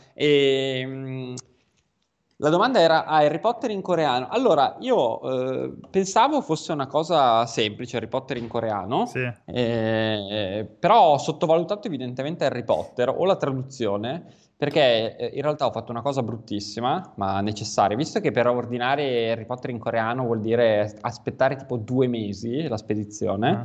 La domanda era Harry Potter in coreano. Allora, io pensavo fosse una cosa semplice, Harry Potter in Sì, coreano, però ho sottovalutato evidentemente Harry Potter o la traduzione, perché in realtà ho fatto una cosa bruttissima, ma necessaria, visto che per ordinare Harry Potter in coreano vuol dire aspettare tipo 2 mesi la spedizione. ah,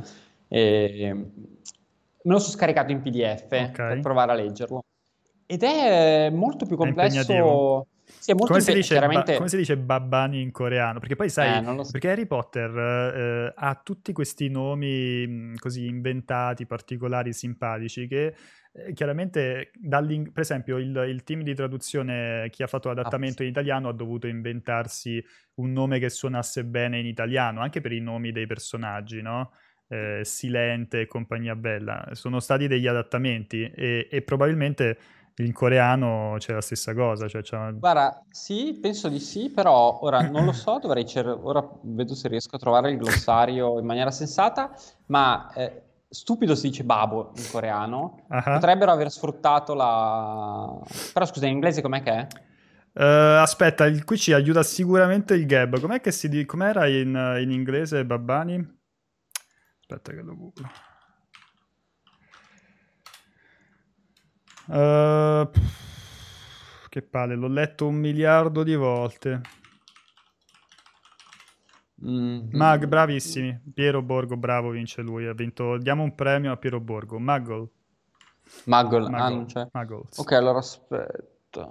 Me lo sono scaricato in PDF ok. per provare a leggerlo. Ed è molto più È impegnativo. complesso. Sì, è molto Come chiaramente, si dice babani in coreano? Perché poi sai, non lo so. perché Harry Potter ha tutti questi nomi così inventati, particolari, simpatici, che chiaramente, per esempio, il team di traduzione, chi ha fatto Ah, l'adattamento in italiano, ha dovuto inventarsi un nome che suonasse bene in italiano, anche per i nomi dei personaggi, no? Silente e compagnia bella. Sono stati degli adattamenti e probabilmente in coreano c'è la stessa cosa, cioè guarda, sì, penso di sì, però ora non lo so, ora vedo se riesco a trovare il glossario in maniera sensata, ma stupido si dice babo in coreano, Ah. potrebbero aver sfruttato la... Però scusa, in inglese com'è che è? Aspetta, qui ci aiuta sicuramente il Gab. Com'era in inglese, Babbani? Aspetta che lo googlo. Che palle, l'ho letto 1 miliardo di volte. Mag, Mhm. bravissimi. Piero Borgo, bravo, vince lui. Ha vinto. Diamo un premio a Piero Borgo. Muggle. Muggle, ah, Muggle. non c'è. Muggles. Ok, allora aspetta.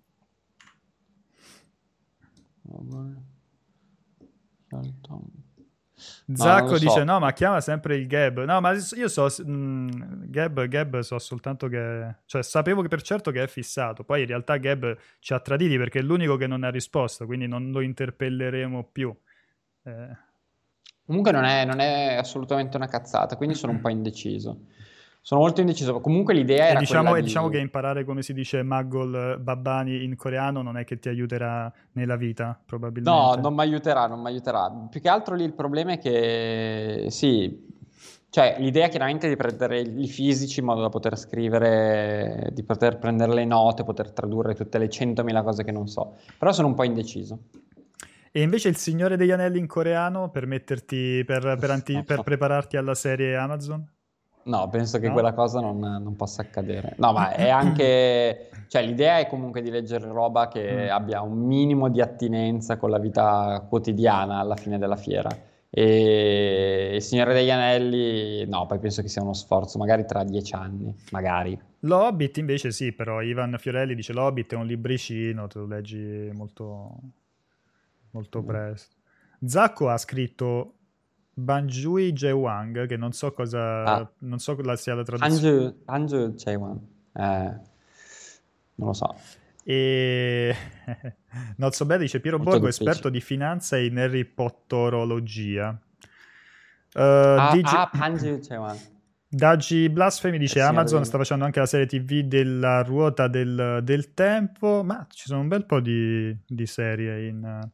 No, non lo Zacco dice: so. No, ma chiama sempre il Gab. No, ma io so. Gab so soltanto che. Cioè, sapevo che per certo che è fissato. Poi in realtà Gab ci ha traditi perché è l'unico che non ha risposto. Quindi non lo interpelleremo più. Eh. Comunque non è assolutamente una cazzata, quindi sono un po' indeciso. Sono molto indeciso. Comunque l'idea era quella E diciamo che di... imparare come si dice Magol Babani in coreano non è che ti aiuterà nella vita, No, probabilmente. non mi aiuterà, non mi aiuterà. Più che altro lì il problema è che sì, cioè l'idea chiaramente è di prendere i fisici in modo da poter scrivere, di poter prendere le note, poter tradurre tutte le 100.000 cose che non so. Però sono un po' indeciso. E invece il Signore degli Anelli in coreano per metterti, Non per so. prepararti alla serie Amazon? No, penso che No? quella cosa non possa accadere. No, ma è anche... Cioè, l'idea è comunque di leggere roba che Mm. abbia un minimo di attinenza con la vita quotidiana alla fine della fiera. E Il Signore degli Anelli, no, poi penso che sia uno sforzo, magari tra 10 anni, magari. L'Hobbit invece sì, però Ivan Fiorelli dice l'Hobbit è un libricino, te lo leggi molto, molto presto. Zacco ha scritto Banjui Jewang, che non so cosa, Ah, non so cosa sia la traduzione. Hanju Jaewon. Non lo so, E non so bene, dice Piero molto Borgo, difficile. esperto di finanza in Harry Potterologia. Hanju Jaewon, Dagi Blasphemy il dice Signore Amazon degli sta Anelli. facendo anche la serie TV della ruota del tempo, ma ci sono un bel po' di serie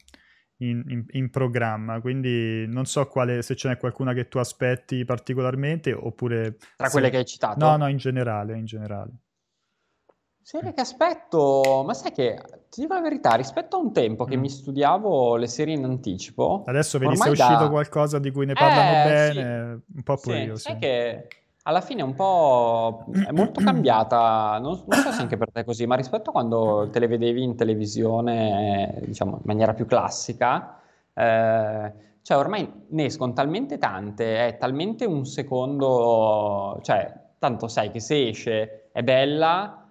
in programma, quindi non so se ce n'è qualcuna che tu aspetti particolarmente oppure Tra quelle se... che hai No, no, citato? in generale, in generale. Serie che aspetto, ma sai che ti dico la verità, rispetto a un tempo che Mm. mi studiavo le serie in anticipo, Adesso vedi se è ormai uscito da... qualcosa di cui ne parlano Sì, bene, un po' pure sì, io, sì. sai che alla fine un po' è molto cambiata, non so se anche per te è così, ma rispetto a quando te le vedevi in televisione, diciamo, in maniera più classica, cioè ormai ne escono talmente tante, è talmente un secondo, cioè, tanto sai che se esce è bella,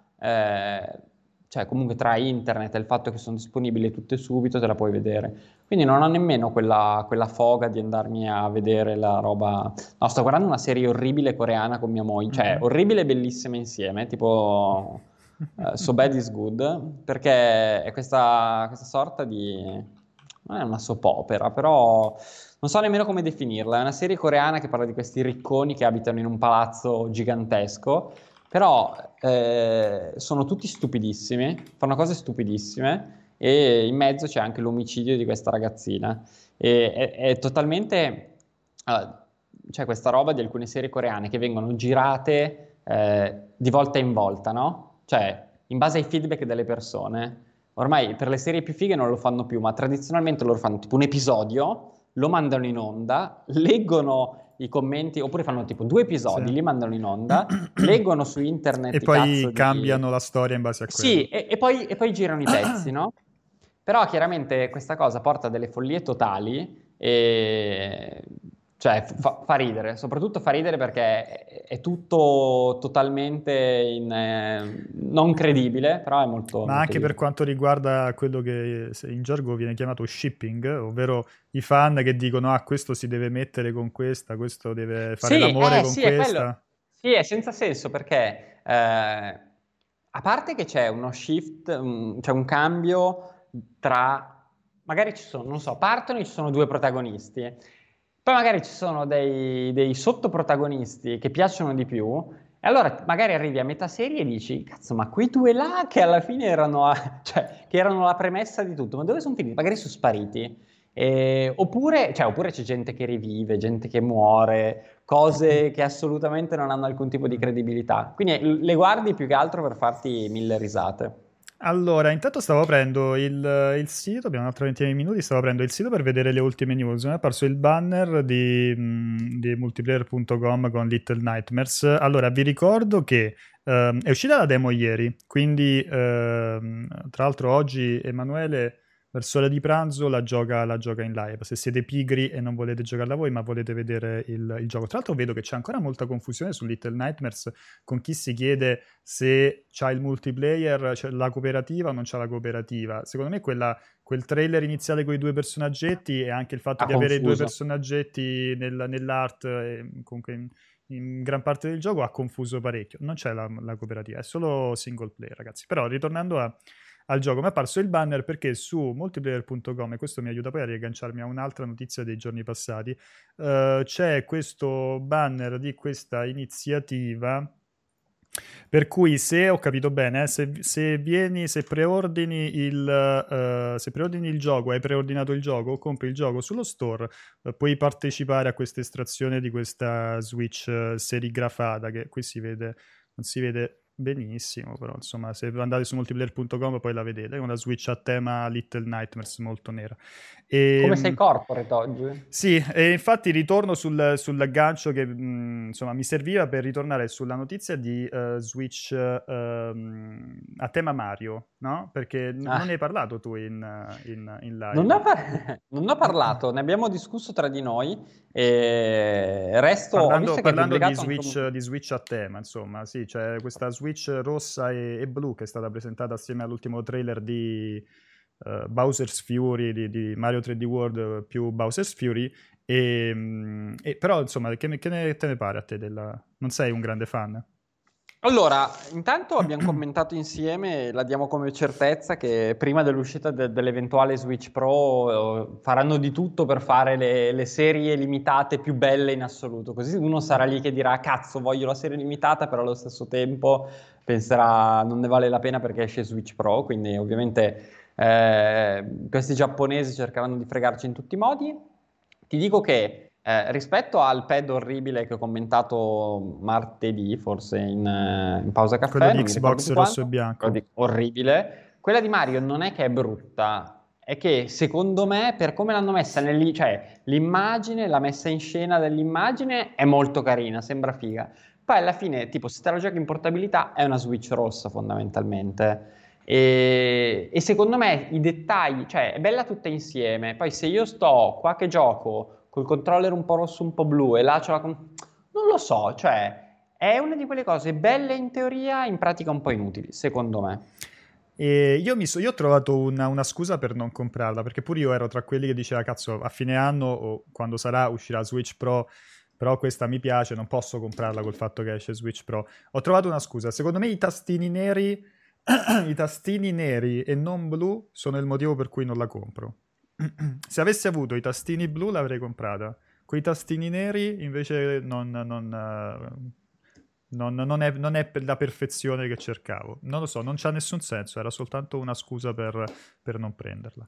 cioè comunque tra internet e il fatto che sono disponibili tutte subito te la puoi vedere. Quindi non ho nemmeno quella foga di andarmi a vedere la roba. No, sto guardando una serie orribile coreana con mia moglie, cioè Mhm. orribile e bellissima insieme, tipo So Bad Is Good, perché è questa sorta di... Non è una soap opera, però non so nemmeno come definirla. È una serie coreana che parla di questi ricconi che abitano in un palazzo gigantesco, però sono tutti stupidissimi, fanno cose stupidissime e in mezzo c'è anche l'omicidio di questa ragazzina. È totalmente... allora, c'è questa roba di alcune serie coreane che vengono girate di volta in volta, no? Cioè, in base ai feedback delle persone. Ormai per le serie più fighe non lo fanno più, ma tradizionalmente loro fanno tipo un episodio, lo mandano in onda, leggono i commenti, oppure fanno tipo 2 episodi, Sì. li mandano in onda, leggono su E internet i cazzo poi di... cambiano la storia in base a quello. Sì, e poi girano i pezzi, no? Però chiaramente questa cosa porta a delle follie totali e cioè fa ridere, soprattutto fa ridere perché è tutto totalmente non credibile, però è molto, Ma molto anche per divertente. quanto riguarda quello che in gergo viene chiamato shipping, ovvero i fan che dicono ah, questo si deve mettere con questa, questo deve fare Sì, l'amore con sì, è quello. questa. Sì, è senza senso perché a parte che c'è uno shift, c'è un cambio tra... Magari ci sono, non so, partono e ci sono due protagonisti, poi magari ci sono dei sottoprotagonisti che piacciono di più, e allora magari arrivi a metà serie e dici, cazzo, ma quei due là che alla fine erano, cioè, che erano la premessa di tutto, ma dove sono finiti? Magari sono spariti. Oppure c'è gente che rivive, gente che muore, cose che assolutamente non hanno alcun tipo di credibilità. Quindi le guardi più che altro per farti 1000 risate. Allora, intanto stavo aprendo il sito, abbiamo un altro 20 minuti, stavo aprendo il sito per vedere le ultime news. Mi è apparso il banner di multiplayer.com con Little Nightmares. Allora, vi ricordo che è uscita la demo ieri, quindi tra l'altro oggi Emanuele verso l'ora di pranzo la gioca in live. Se siete pigri e non volete giocarla voi, ma volete vedere il gioco. Tra l'altro vedo che c'è ancora molta confusione su Little Nightmares con chi si chiede se c'ha il multiplayer, cioè la cooperativa o non c'ha la cooperativa. Secondo me quel trailer iniziale con i due personaggetti e anche il fatto Ha di avere i due confuso. personaggetti nell'art e comunque in gran parte del gioco ha confuso parecchio. Non c'è la cooperativa, è solo single player, ragazzi. Però ritornando al gioco. Mi è apparso il banner perché su multiplayer.com, e questo mi aiuta poi a riagganciarmi a un'altra notizia dei giorni passati, c'è questo banner di questa iniziativa per cui, se ho capito bene, se preordini il gioco, hai preordinato il gioco o compri il gioco sullo store, puoi partecipare a questa estrazione di questa Switch serigrafata, che qui non si vede benissimo, però insomma, se andate su multiplayer.com poi la vedete, è una Switch a tema Little Nightmares molto nera. Come sei E, corporate oggi? sì, e infatti ritorno sull'aggancio che insomma mi serviva per ritornare sulla notizia di Switch a tema Mario, no? Perché non ne Ah. hai parlato tu in Non ne ho, live. non ne ho parlato, ne abbiamo discusso tra di noi e ho Parlando, visto che hai parlando pubblicato anche un... Di Switch a tema, insomma, sì, c'è questa Switch rossa e blu che è stata presentata assieme all'ultimo trailer di Bowser's Fury, di Mario 3D World più Bowser's Fury, però insomma, te ne pare a te della... Non sei un grande fan? Allora, intanto abbiamo commentato insieme, e la diamo come certezza, che prima dell'uscita dell'eventuale Switch Pro faranno di tutto per fare le serie limitate più belle in assoluto. Così uno sarà lì che dirà, cazzo, voglio la serie limitata, però allo stesso tempo penserà, non ne vale la pena perché esce Switch Pro. Quindi ovviamente questi giapponesi cercheranno di fregarci in tutti i modi. Ti dico che rispetto al pad orribile che ho commentato martedì, forse in pausa Quello caffè, di non mi ricordo Xbox più rosso e quando, bianco. orribile, quella di Mario non è che è brutta, è che secondo me, per come l'hanno messa cioè l'immagine, la messa in scena dell'immagine è molto carina, sembra figa. Poi alla fine, tipo, se te la giochi in portabilità, è una Switch rossa fondamentalmente. E secondo me i dettagli, cioè è bella tutta insieme. Poi se io sto qua che gioco col controller un po' rosso, un po' blu e là c'ho non lo so, cioè è una di quelle cose belle in teoria, in pratica un po' inutili, secondo me. E io ho trovato una scusa per non comprarla, perché pure io ero tra quelli che diceva, cazzo, a fine anno o quando sarà uscirà Switch Pro, però questa mi piace, non posso comprarla col fatto che esce Switch Pro. Ho trovato una scusa, secondo me i tastini neri, i tastini neri e non blu sono il motivo per cui non la compro. Se avessi avuto i tastini blu l'avrei comprata. Quei tastini neri invece non è per la perfezione che cercavo. Non lo so, non c'ha nessun senso, era soltanto una scusa per non prenderla.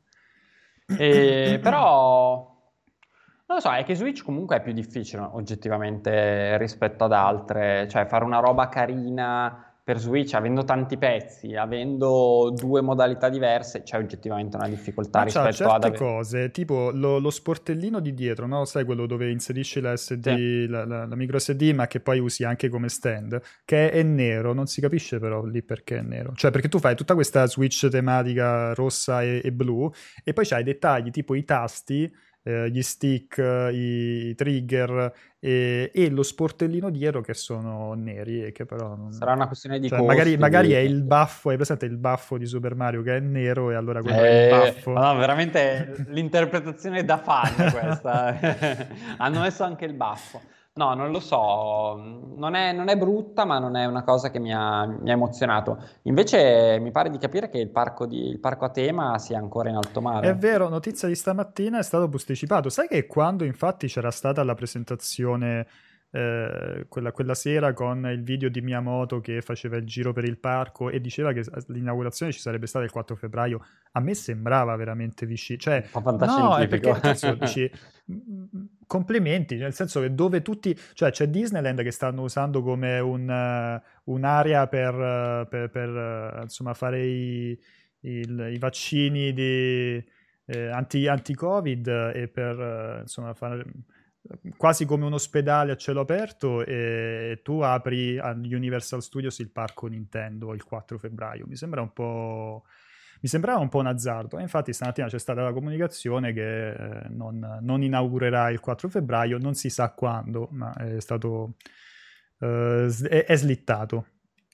Però non lo so, è che Switch comunque è più difficile oggettivamente rispetto ad altre, cioè fare una roba carina per Switch avendo tanti pezzi, avendo due modalità diverse, c'è oggettivamente una difficoltà Ma c'ha rispetto ad certe avere... cose, tipo lo sportellino di dietro, no? Sai quello dove inserisci la Sì. SD, la micro SD, ma che poi usi anche come stand, che è nero, non si capisce però lì perché è nero. Cioè, perché tu fai tutta questa Switch tematica rossa e blu, e poi c'hai dettagli tipo i tasti, gli stick, i trigger e lo sportellino dietro che sono neri e che però non... Sarà una questione di Cioè, costi, magari è il baffo, hai presente il baffo di Super Mario che è nero e allora quello è il Ma baffo. no, veramente l'interpretazione da fan questa. Hanno messo anche il baffo. No, non lo so, non è brutta, ma non è una cosa che mi ha emozionato. Invece mi pare di capire che il parco a tema sia ancora in alto È mare. vero, notizia di stamattina è stato posticipato. Sai che quando infatti c'era stata la presentazione quella sera con il video di Miyamoto che faceva il giro per il parco e diceva che l'inaugurazione ci sarebbe stata il 4 febbraio, a me sembrava veramente vicino. Cioè, Un po' no, è fantascientifico. perché, cazzo, dici, complimenti, nel senso che dove tutti, cioè c'è Disneyland che stanno usando come un'area insomma, fare i vaccini anti-Covid e per insomma fare quasi come un ospedale a cielo aperto e tu apri a Universal Studios il parco Nintendo il 4 febbraio. Mi sembrava un po' un azzardo. E infatti stamattina c'è stata la comunicazione che non inaugurerà il 4 febbraio, non si sa quando, ma è stato è slittato.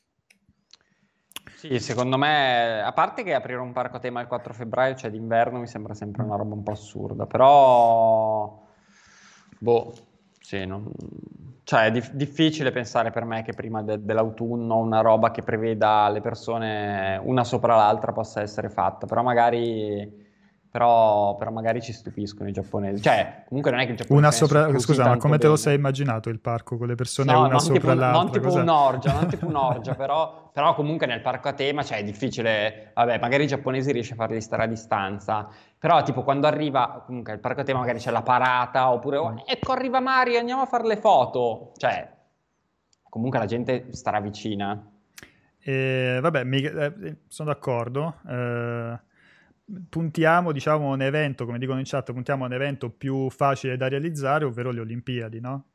Sì, secondo me, a parte che aprire un parco a tema il 4 febbraio, cioè d'inverno, mi sembra sempre una roba un po' assurda, però, boh, Sì, cioè è difficile pensare per me che prima dell'autunno una roba che preveda le persone una sopra l'altra possa essere fatta, però magari ci stupiscono i giapponesi. Cioè, comunque non è che il Giappone Una sia messo sopra... così Scusa, ma tanto come te lo sei bene. immaginato il parco con le persone No, una non tipo, sopra non l'altra? tipo Cosa... un'orgia, non tipo un'orgia, però comunque nel parco a tema, cioè, è difficile, vabbè, magari i giapponesi riesce a farli stare a distanza, però tipo quando arriva, comunque al parco a tema magari c'è la parata, oppure, "Oh, Mm. ecco arriva Mario, andiamo a fare le foto", cioè, comunque la gente starà vicina. Vabbè, sono d'accordo. Puntiamo, diciamo, a un evento, come dicono in chat, puntiamo a un evento più facile da realizzare, ovvero le Olimpiadi, no?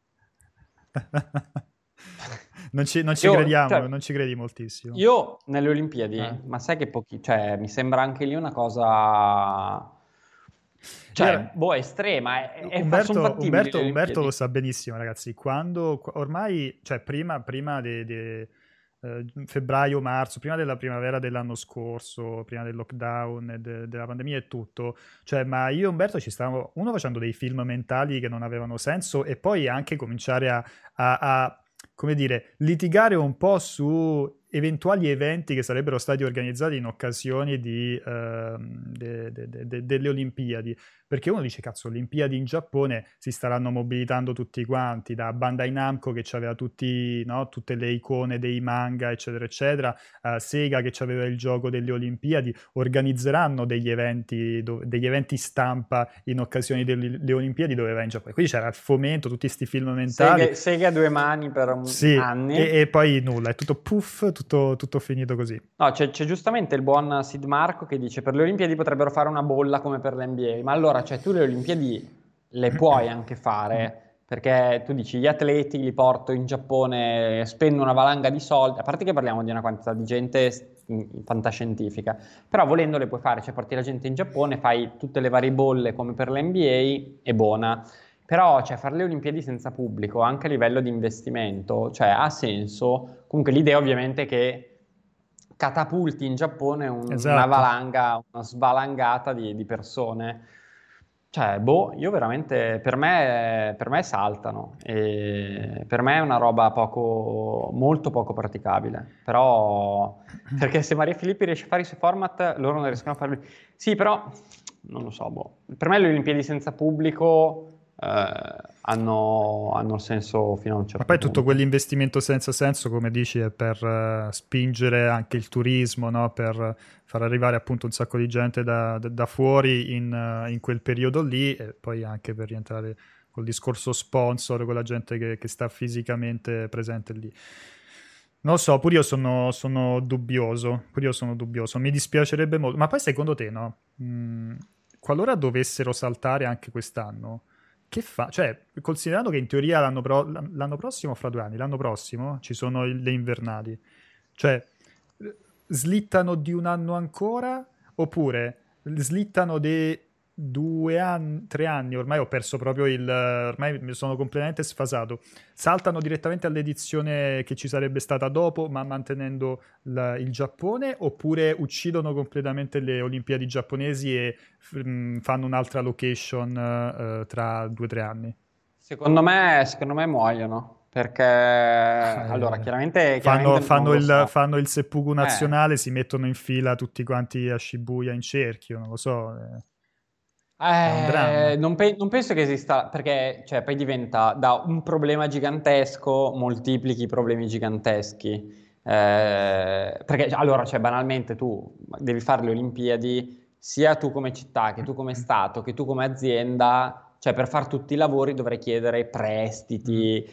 Non ci Io, crediamo, cioè, non ci credi moltissimo. io nelle Eh. Olimpiadi, ma sai che pochi, cioè, mi sembra anche lì una cosa, Io- cioè, boh, estrema, sono Umberto, fattibili le Umberto lo Olimpiadi? sa benissimo, ragazzi. Quando ormai, cioè prima di febbraio, marzo, prima della primavera dell'anno scorso, prima del lockdown e della pandemia e tutto, cioè, ma io e Umberto ci stavamo, uno facendo dei film mentali che non avevano senso e poi anche cominciare come dire, litigare un po' su eventuali eventi che sarebbero stati organizzati in occasione delle Olimpiadi. Perché uno dice, cazzo, Olimpiadi in Giappone si staranno mobilitando tutti quanti, da Bandai Namco che aveva no, tutte le icone dei manga, eccetera, eccetera, Sega che aveva il gioco delle Olimpiadi, organizzeranno degli eventi stampa in occasione delle Olimpiadi dove va in Giappone. Quindi c'era il fomento, tutti questi film mentali. Seghe a due mani per Sì, anni. e poi nulla, è tutto puff, tutto finito così. No, c'è giustamente il buon Sid Marco che dice per le Olimpiadi potrebbero fare una bolla come per l'NBA, ma allora, cioè, tu le Olimpiadi le puoi anche fare, perché tu dici gli atleti li porto in Giappone, spendo una valanga di soldi, a parte che parliamo di una quantità di gente fantascientifica, però volendo le puoi fare, cioè porti la gente in Giappone, fai tutte le varie bolle come per l'NBA e buona. Però, cioè, fare le Olimpiadi senza pubblico, anche a livello di investimento, cioè, ha senso. Comunque l'idea ovviamente è che catapulti in Giappone una Esatto. valanga, una svalangata di persone. Cioè, boh, io veramente, per me saltano. E per me è una roba molto poco praticabile. Però, perché se Maria Filippi riesce a fare i suoi format, loro non riescono a farli. Sì, però, non lo so, boh. Per me le Olimpiadi senza pubblico hanno senso fino a un Ma certo poi tutto punto. quell'investimento senza senso, come dici, è per spingere anche il turismo, no? Per far arrivare appunto un sacco di gente da fuori in quel periodo lì e poi anche per rientrare col discorso sponsor, con la gente che sta fisicamente presente lì. Non lo so, sono dubbioso, pure io sono dubbioso, mi dispiacerebbe molto. Ma poi secondo te, no? Qualora dovessero saltare anche quest'anno, che fa? Cioè, considerando che in teoria l'anno prossimo, fra 2 anni, l'anno prossimo ci sono le invernali, cioè, slittano di un anno ancora oppure slittano di 2 anni, 3 anni? Ormai ho perso proprio ormai mi sono completamente sfasato. Saltano direttamente all'edizione che ci sarebbe stata dopo, ma mantenendo il Giappone, oppure uccidono completamente le Olimpiadi giapponesi e fanno un'altra location tra 2 o 3 anni. Secondo me muoiono, perché allora Eh, chiaramente non lo so. fanno il seppuku Eh, nazionale, si mettono in fila tutti quanti a Shibuya in cerchio, non lo so, è un dramma. non penso che esista, perché cioè, poi diventa da un problema gigantesco, moltiplichi i problemi giganteschi. Perché allora, cioè, banalmente tu devi fare le Olimpiadi, sia tu come città, che tu come Stato, che tu come azienda, cioè per fare tutti i lavori dovrei chiedere Mm. prestiti,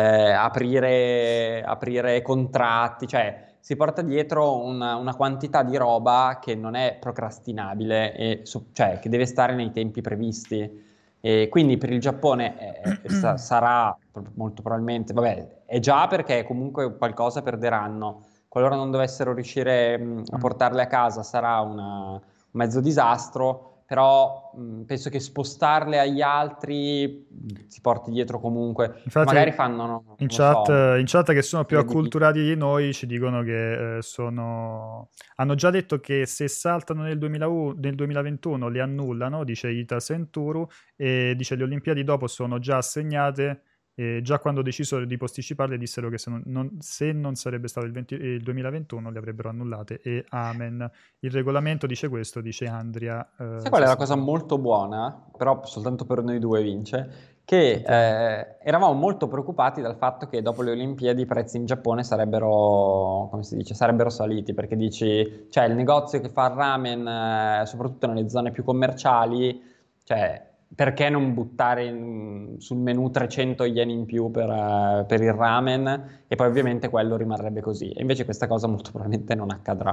aprire contratti, cioè si porta dietro una quantità di roba che non è procrastinabile, cioè che deve stare nei tempi previsti. E quindi per il Giappone sarà molto probabilmente, vabbè, è già perché comunque qualcosa perderanno. Qualora non dovessero riuscire a Mm. portarle a casa sarà un mezzo disastro, però penso che spostarle agli altri si porti dietro comunque. Magari Infatti, fanno, non in lo so, in chat che sono più delle modifiche. acculturati di noi ci dicono che hanno già detto che se saltano nel 2021 li annullano, dice Ita Senturu, e dice le Olimpiadi dopo sono già assegnate E già quando decisero di posticiparle dissero che se non sarebbe stato il 2021 le avrebbero annullate, e amen. Il regolamento dice questo, dice Andria. Sai qual è la cosa molto buona, però soltanto per noi due vince, che Sentiamo. eravamo molto preoccupati dal fatto che dopo le Olimpiadi i prezzi in Giappone sarebbero, come si dice, sarebbero saliti, perché dici, cioè il negozio che fa il ramen, soprattutto nelle zone più commerciali, cioè perché non buttare sul menù 300 yen in più per il ramen e poi ovviamente quello rimarrebbe così. E invece questa cosa molto probabilmente non accadrà.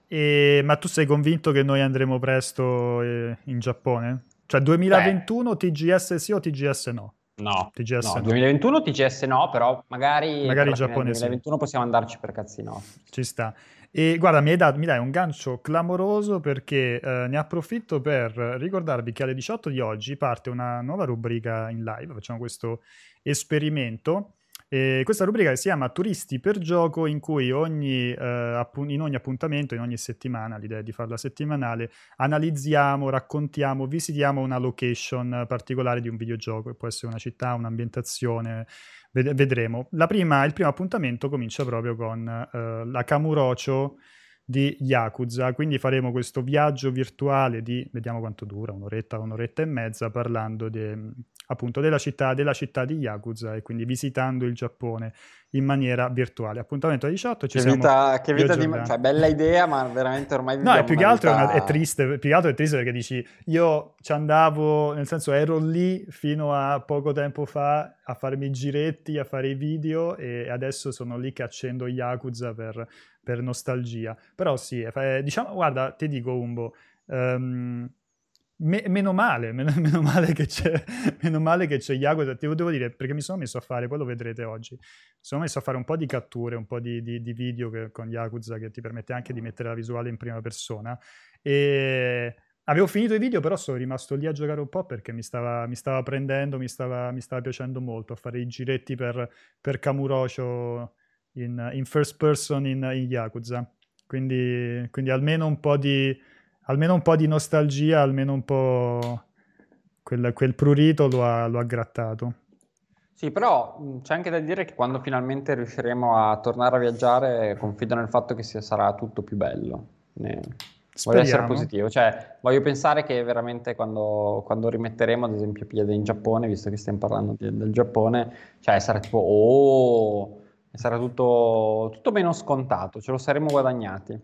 Ma tu sei convinto che noi andremo presto in Giappone? Cioè Beh, 2021 TGS sì o TGS no? no, TGS no, no. 2021 TGS no, però magari per Magari la fine del Giappone sì. 2021 possiamo andarci per cazzi nostri. Ci sta. E guarda, mi dai un gancio clamoroso perché ne approfitto per ricordarvi che alle 18 di oggi parte una nuova rubrica in live, facciamo questo esperimento. E questa rubrica si chiama Turisti per gioco, in cui in ogni appuntamento, in ogni settimana, l'idea è di farla settimanale, analizziamo, raccontiamo, visitiamo una location particolare di un videogioco, che può essere una città, un'ambientazione. Vedremo. Il primo appuntamento comincia proprio con la Kamurocho di Yakuza, quindi faremo questo viaggio virtuale di, vediamo quanto dura, un'oretta e mezza, parlando appunto della città di Yakuza, e quindi visitando il Giappone in maniera virtuale. Appuntamento alle 18, ci siamo Che io e vita Giordano. cioè bella idea, ma veramente ormai No, e viviamo più una che altro è vita... triste, più che altro è triste perché dici, io ci andavo, nel senso ero lì fino a poco tempo fa a farmi i giretti, a fare i video, e adesso sono lì che accendo Yakuza per nostalgia. Però sì, diciamo, guarda, ti dico Umbo, ehm, meno male, meno male che meno male che c'è Yakuza, te lo devo dire, perché mi sono messo a fare, poi lo vedrete oggi, sono messo a fare un po' di catture, un po' di video con Yakuza, che ti permette anche di mettere la visuale in prima persona, e avevo finito i video, però sono rimasto lì a giocare un po' perché mi stava prendendo, mi stava piacendo molto a fare i giretti per Kamurocho in first person in Yakuza, quindi almeno un po' di nostalgia, almeno un po' quel prurito lo ha grattato. Sì, però c'è anche da dire che quando finalmente riusciremo a tornare a viaggiare, confido nel fatto che sarà tutto più bello. Voglio essere Speriamo. positivo, cioè voglio pensare che veramente quando rimetteremo, ad esempio, piede in Giappone, visto che stiamo parlando del Giappone, cioè sarà tipo, oh, e sarà tutto meno scontato, ce lo saremo guadagnati.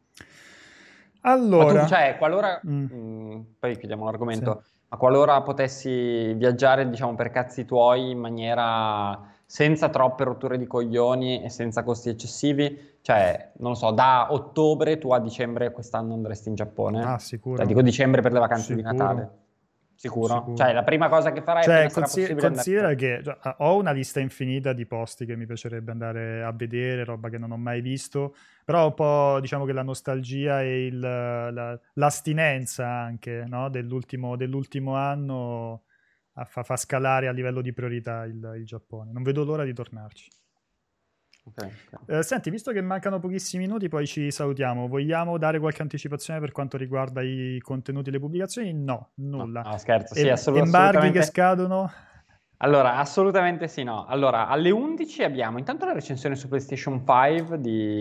Ma tu, Allora, cioè, qualora, mm, poi chiudiamo sì. l'argomento, ma qualora potessi viaggiare, diciamo, per cazzi tuoi in maniera senza troppe rotture di coglioni e senza costi eccessivi, cioè, non lo so, da ottobre tu a dicembre quest'anno andresti in Ah, Giappone? Cioè, sicuro, dico dicembre per le vacanze di sicuro, Natale. Sicuro? Cioè, sicuro. la prima cosa che farai appena Cioè, sarà possibile è andare in considera Giappone. che cioè, ho una lista infinita di posti che mi piacerebbe andare a vedere, roba che non ho mai visto, però un po', diciamo che la nostalgia e l'astinenza anche, no, dell'ultimo anno fa scalare a livello di priorità il Giappone. Non vedo l'ora di tornarci. Ok, ok. Senti, visto che mancano pochissimi minuti, poi ci salutiamo. Vogliamo dare qualche anticipazione per quanto riguarda i contenuti e le pubblicazioni? No, No, nulla. no, scherzo, sì, Embarghi che assolutamente. scadono? Allora, assolutamente sì, no. Allora, alle 11 abbiamo intanto la recensione su PlayStation 5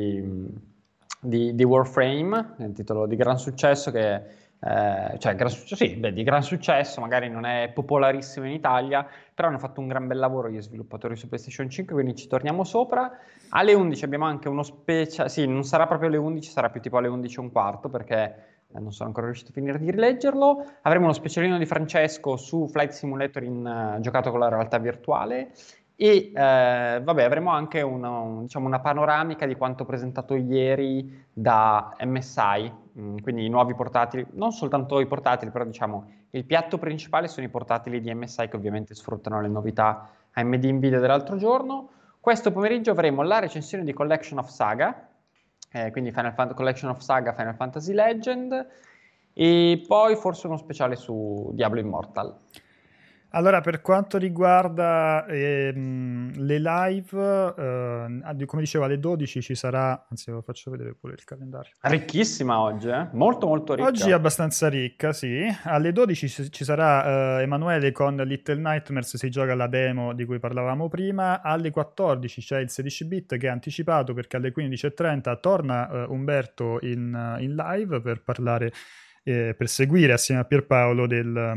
di Warframe, il titolo di gran successo cioè, sì, beh, di gran successo, magari non è popolarissimo in Italia, però hanno fatto un gran bel lavoro gli sviluppatori su PlayStation 5, quindi ci torniamo sopra. Alle 11 abbiamo anche uno special, sì, non sarà proprio alle 11, sarà più tipo alle 11 e un quarto, perché non sono ancora riuscito a finire di rileggerlo. Avremo uno specialino di Francesco su Flight Simulator giocato con la realtà virtuale e vabbè, avremo anche diciamo, una panoramica di quanto presentato ieri da MSI, quindi i nuovi portatili, non soltanto i portatili, però diciamo il piatto principale sono i portatili di MSI che ovviamente sfruttano le novità AMD Nvidia dell'altro giorno. Questo pomeriggio avremo la recensione di Collection of Saga, quindi Collection of Saga Final Fantasy Legend, e poi forse uno speciale su Diablo Immortal. Allora, per quanto riguarda le live, come dicevo, alle 12 ci sarà, anzi ve lo faccio vedere pure il calendario. Ricchissima oggi, eh? Molto molto Oggi è ricca. abbastanza ricca, sì. Alle 12 ci sarà Emanuele con Little Nightmares, si gioca la demo di cui parlavamo prima. Alle 14 c'è il 16-bit che è anticipato perché alle 15:30 torna Umberto in live per parlare, per seguire assieme a Pierpaolo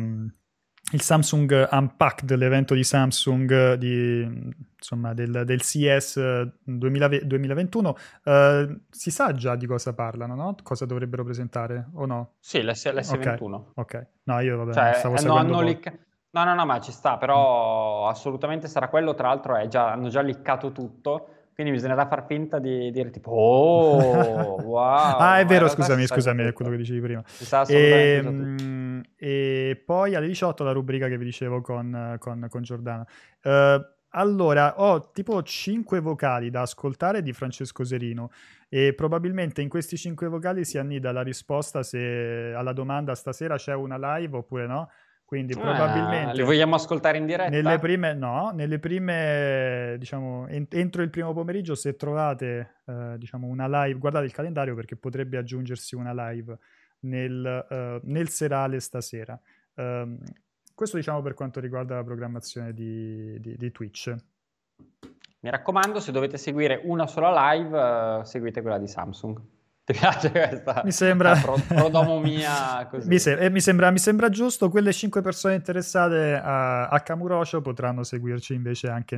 il Samsung Unpacked, l'evento di Samsung insomma, del CES 2021. Si sa già di cosa parlano, no? Cosa dovrebbero presentare o no? Sì, Ok, l'S21. ok. No, io vabbè, Cioè, stavo seguendo poco. No, no, no, ma ci sta, Mm. però assolutamente sarà quello. Tra l'altro hanno già liccato tutto, quindi bisognerà far finta di dire tipo, oh, Ah, wow, è ma in vero, realtà si sa già scusami, è quello che tutto. dicevi prima. Si sa assolutamente già tutto. E poi alle 18 la rubrica che vi dicevo con Giordana. Allora, ho tipo 5 vocali da ascoltare di Francesco Serino e probabilmente in questi 5 vocali si annida la risposta se alla domanda stasera c'è una live oppure no. Quindi Li probabilmente vogliamo ascoltare in nelle diretta? prime, no, nelle prime, diciamo, entro il primo pomeriggio, se trovate, diciamo, una live, guardate il calendario perché potrebbe aggiungersi una live nel serale stasera. Ehm, Questo, diciamo, per quanto riguarda la programmazione di Twitch. Mi raccomando, se dovete seguire una sola live, seguite quella di Samsung. Ti piace Mi questa sembra, prodomo mia così? mi sembra giusto. Quelle 5 persone interessate a Kamurocho potranno seguirci invece anche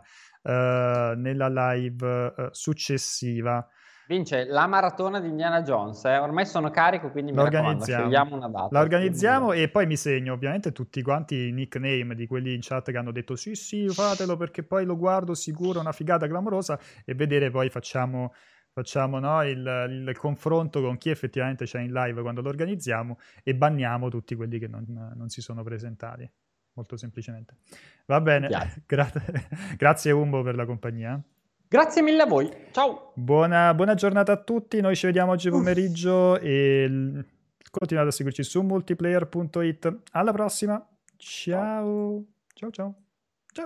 nella live successiva. Vince la maratona di Indiana Jones. Ormai sono carico, quindi La mi raccomando, organizziamo. scegliamo una La data. organizziamo e poi mi segno ovviamente tutti quanti i nickname di quelli in chat che hanno detto sì, sì, fatelo perché poi lo guardo sicuro, una figata clamorosa e vedere poi facciamo no, il confronto con chi effettivamente c'è in live quando lo organizziamo e banniamo tutti quelli che non si sono presentati. Molto semplicemente. Va Mi bene, piace. grazie Umbo per la compagnia. Grazie mille a voi. Ciao. Buona giornata a tutti, noi ci vediamo oggi pomeriggio e continuate a seguirci su multiplayer.it. Alla prossima, Ciao. ciao ciao ciao.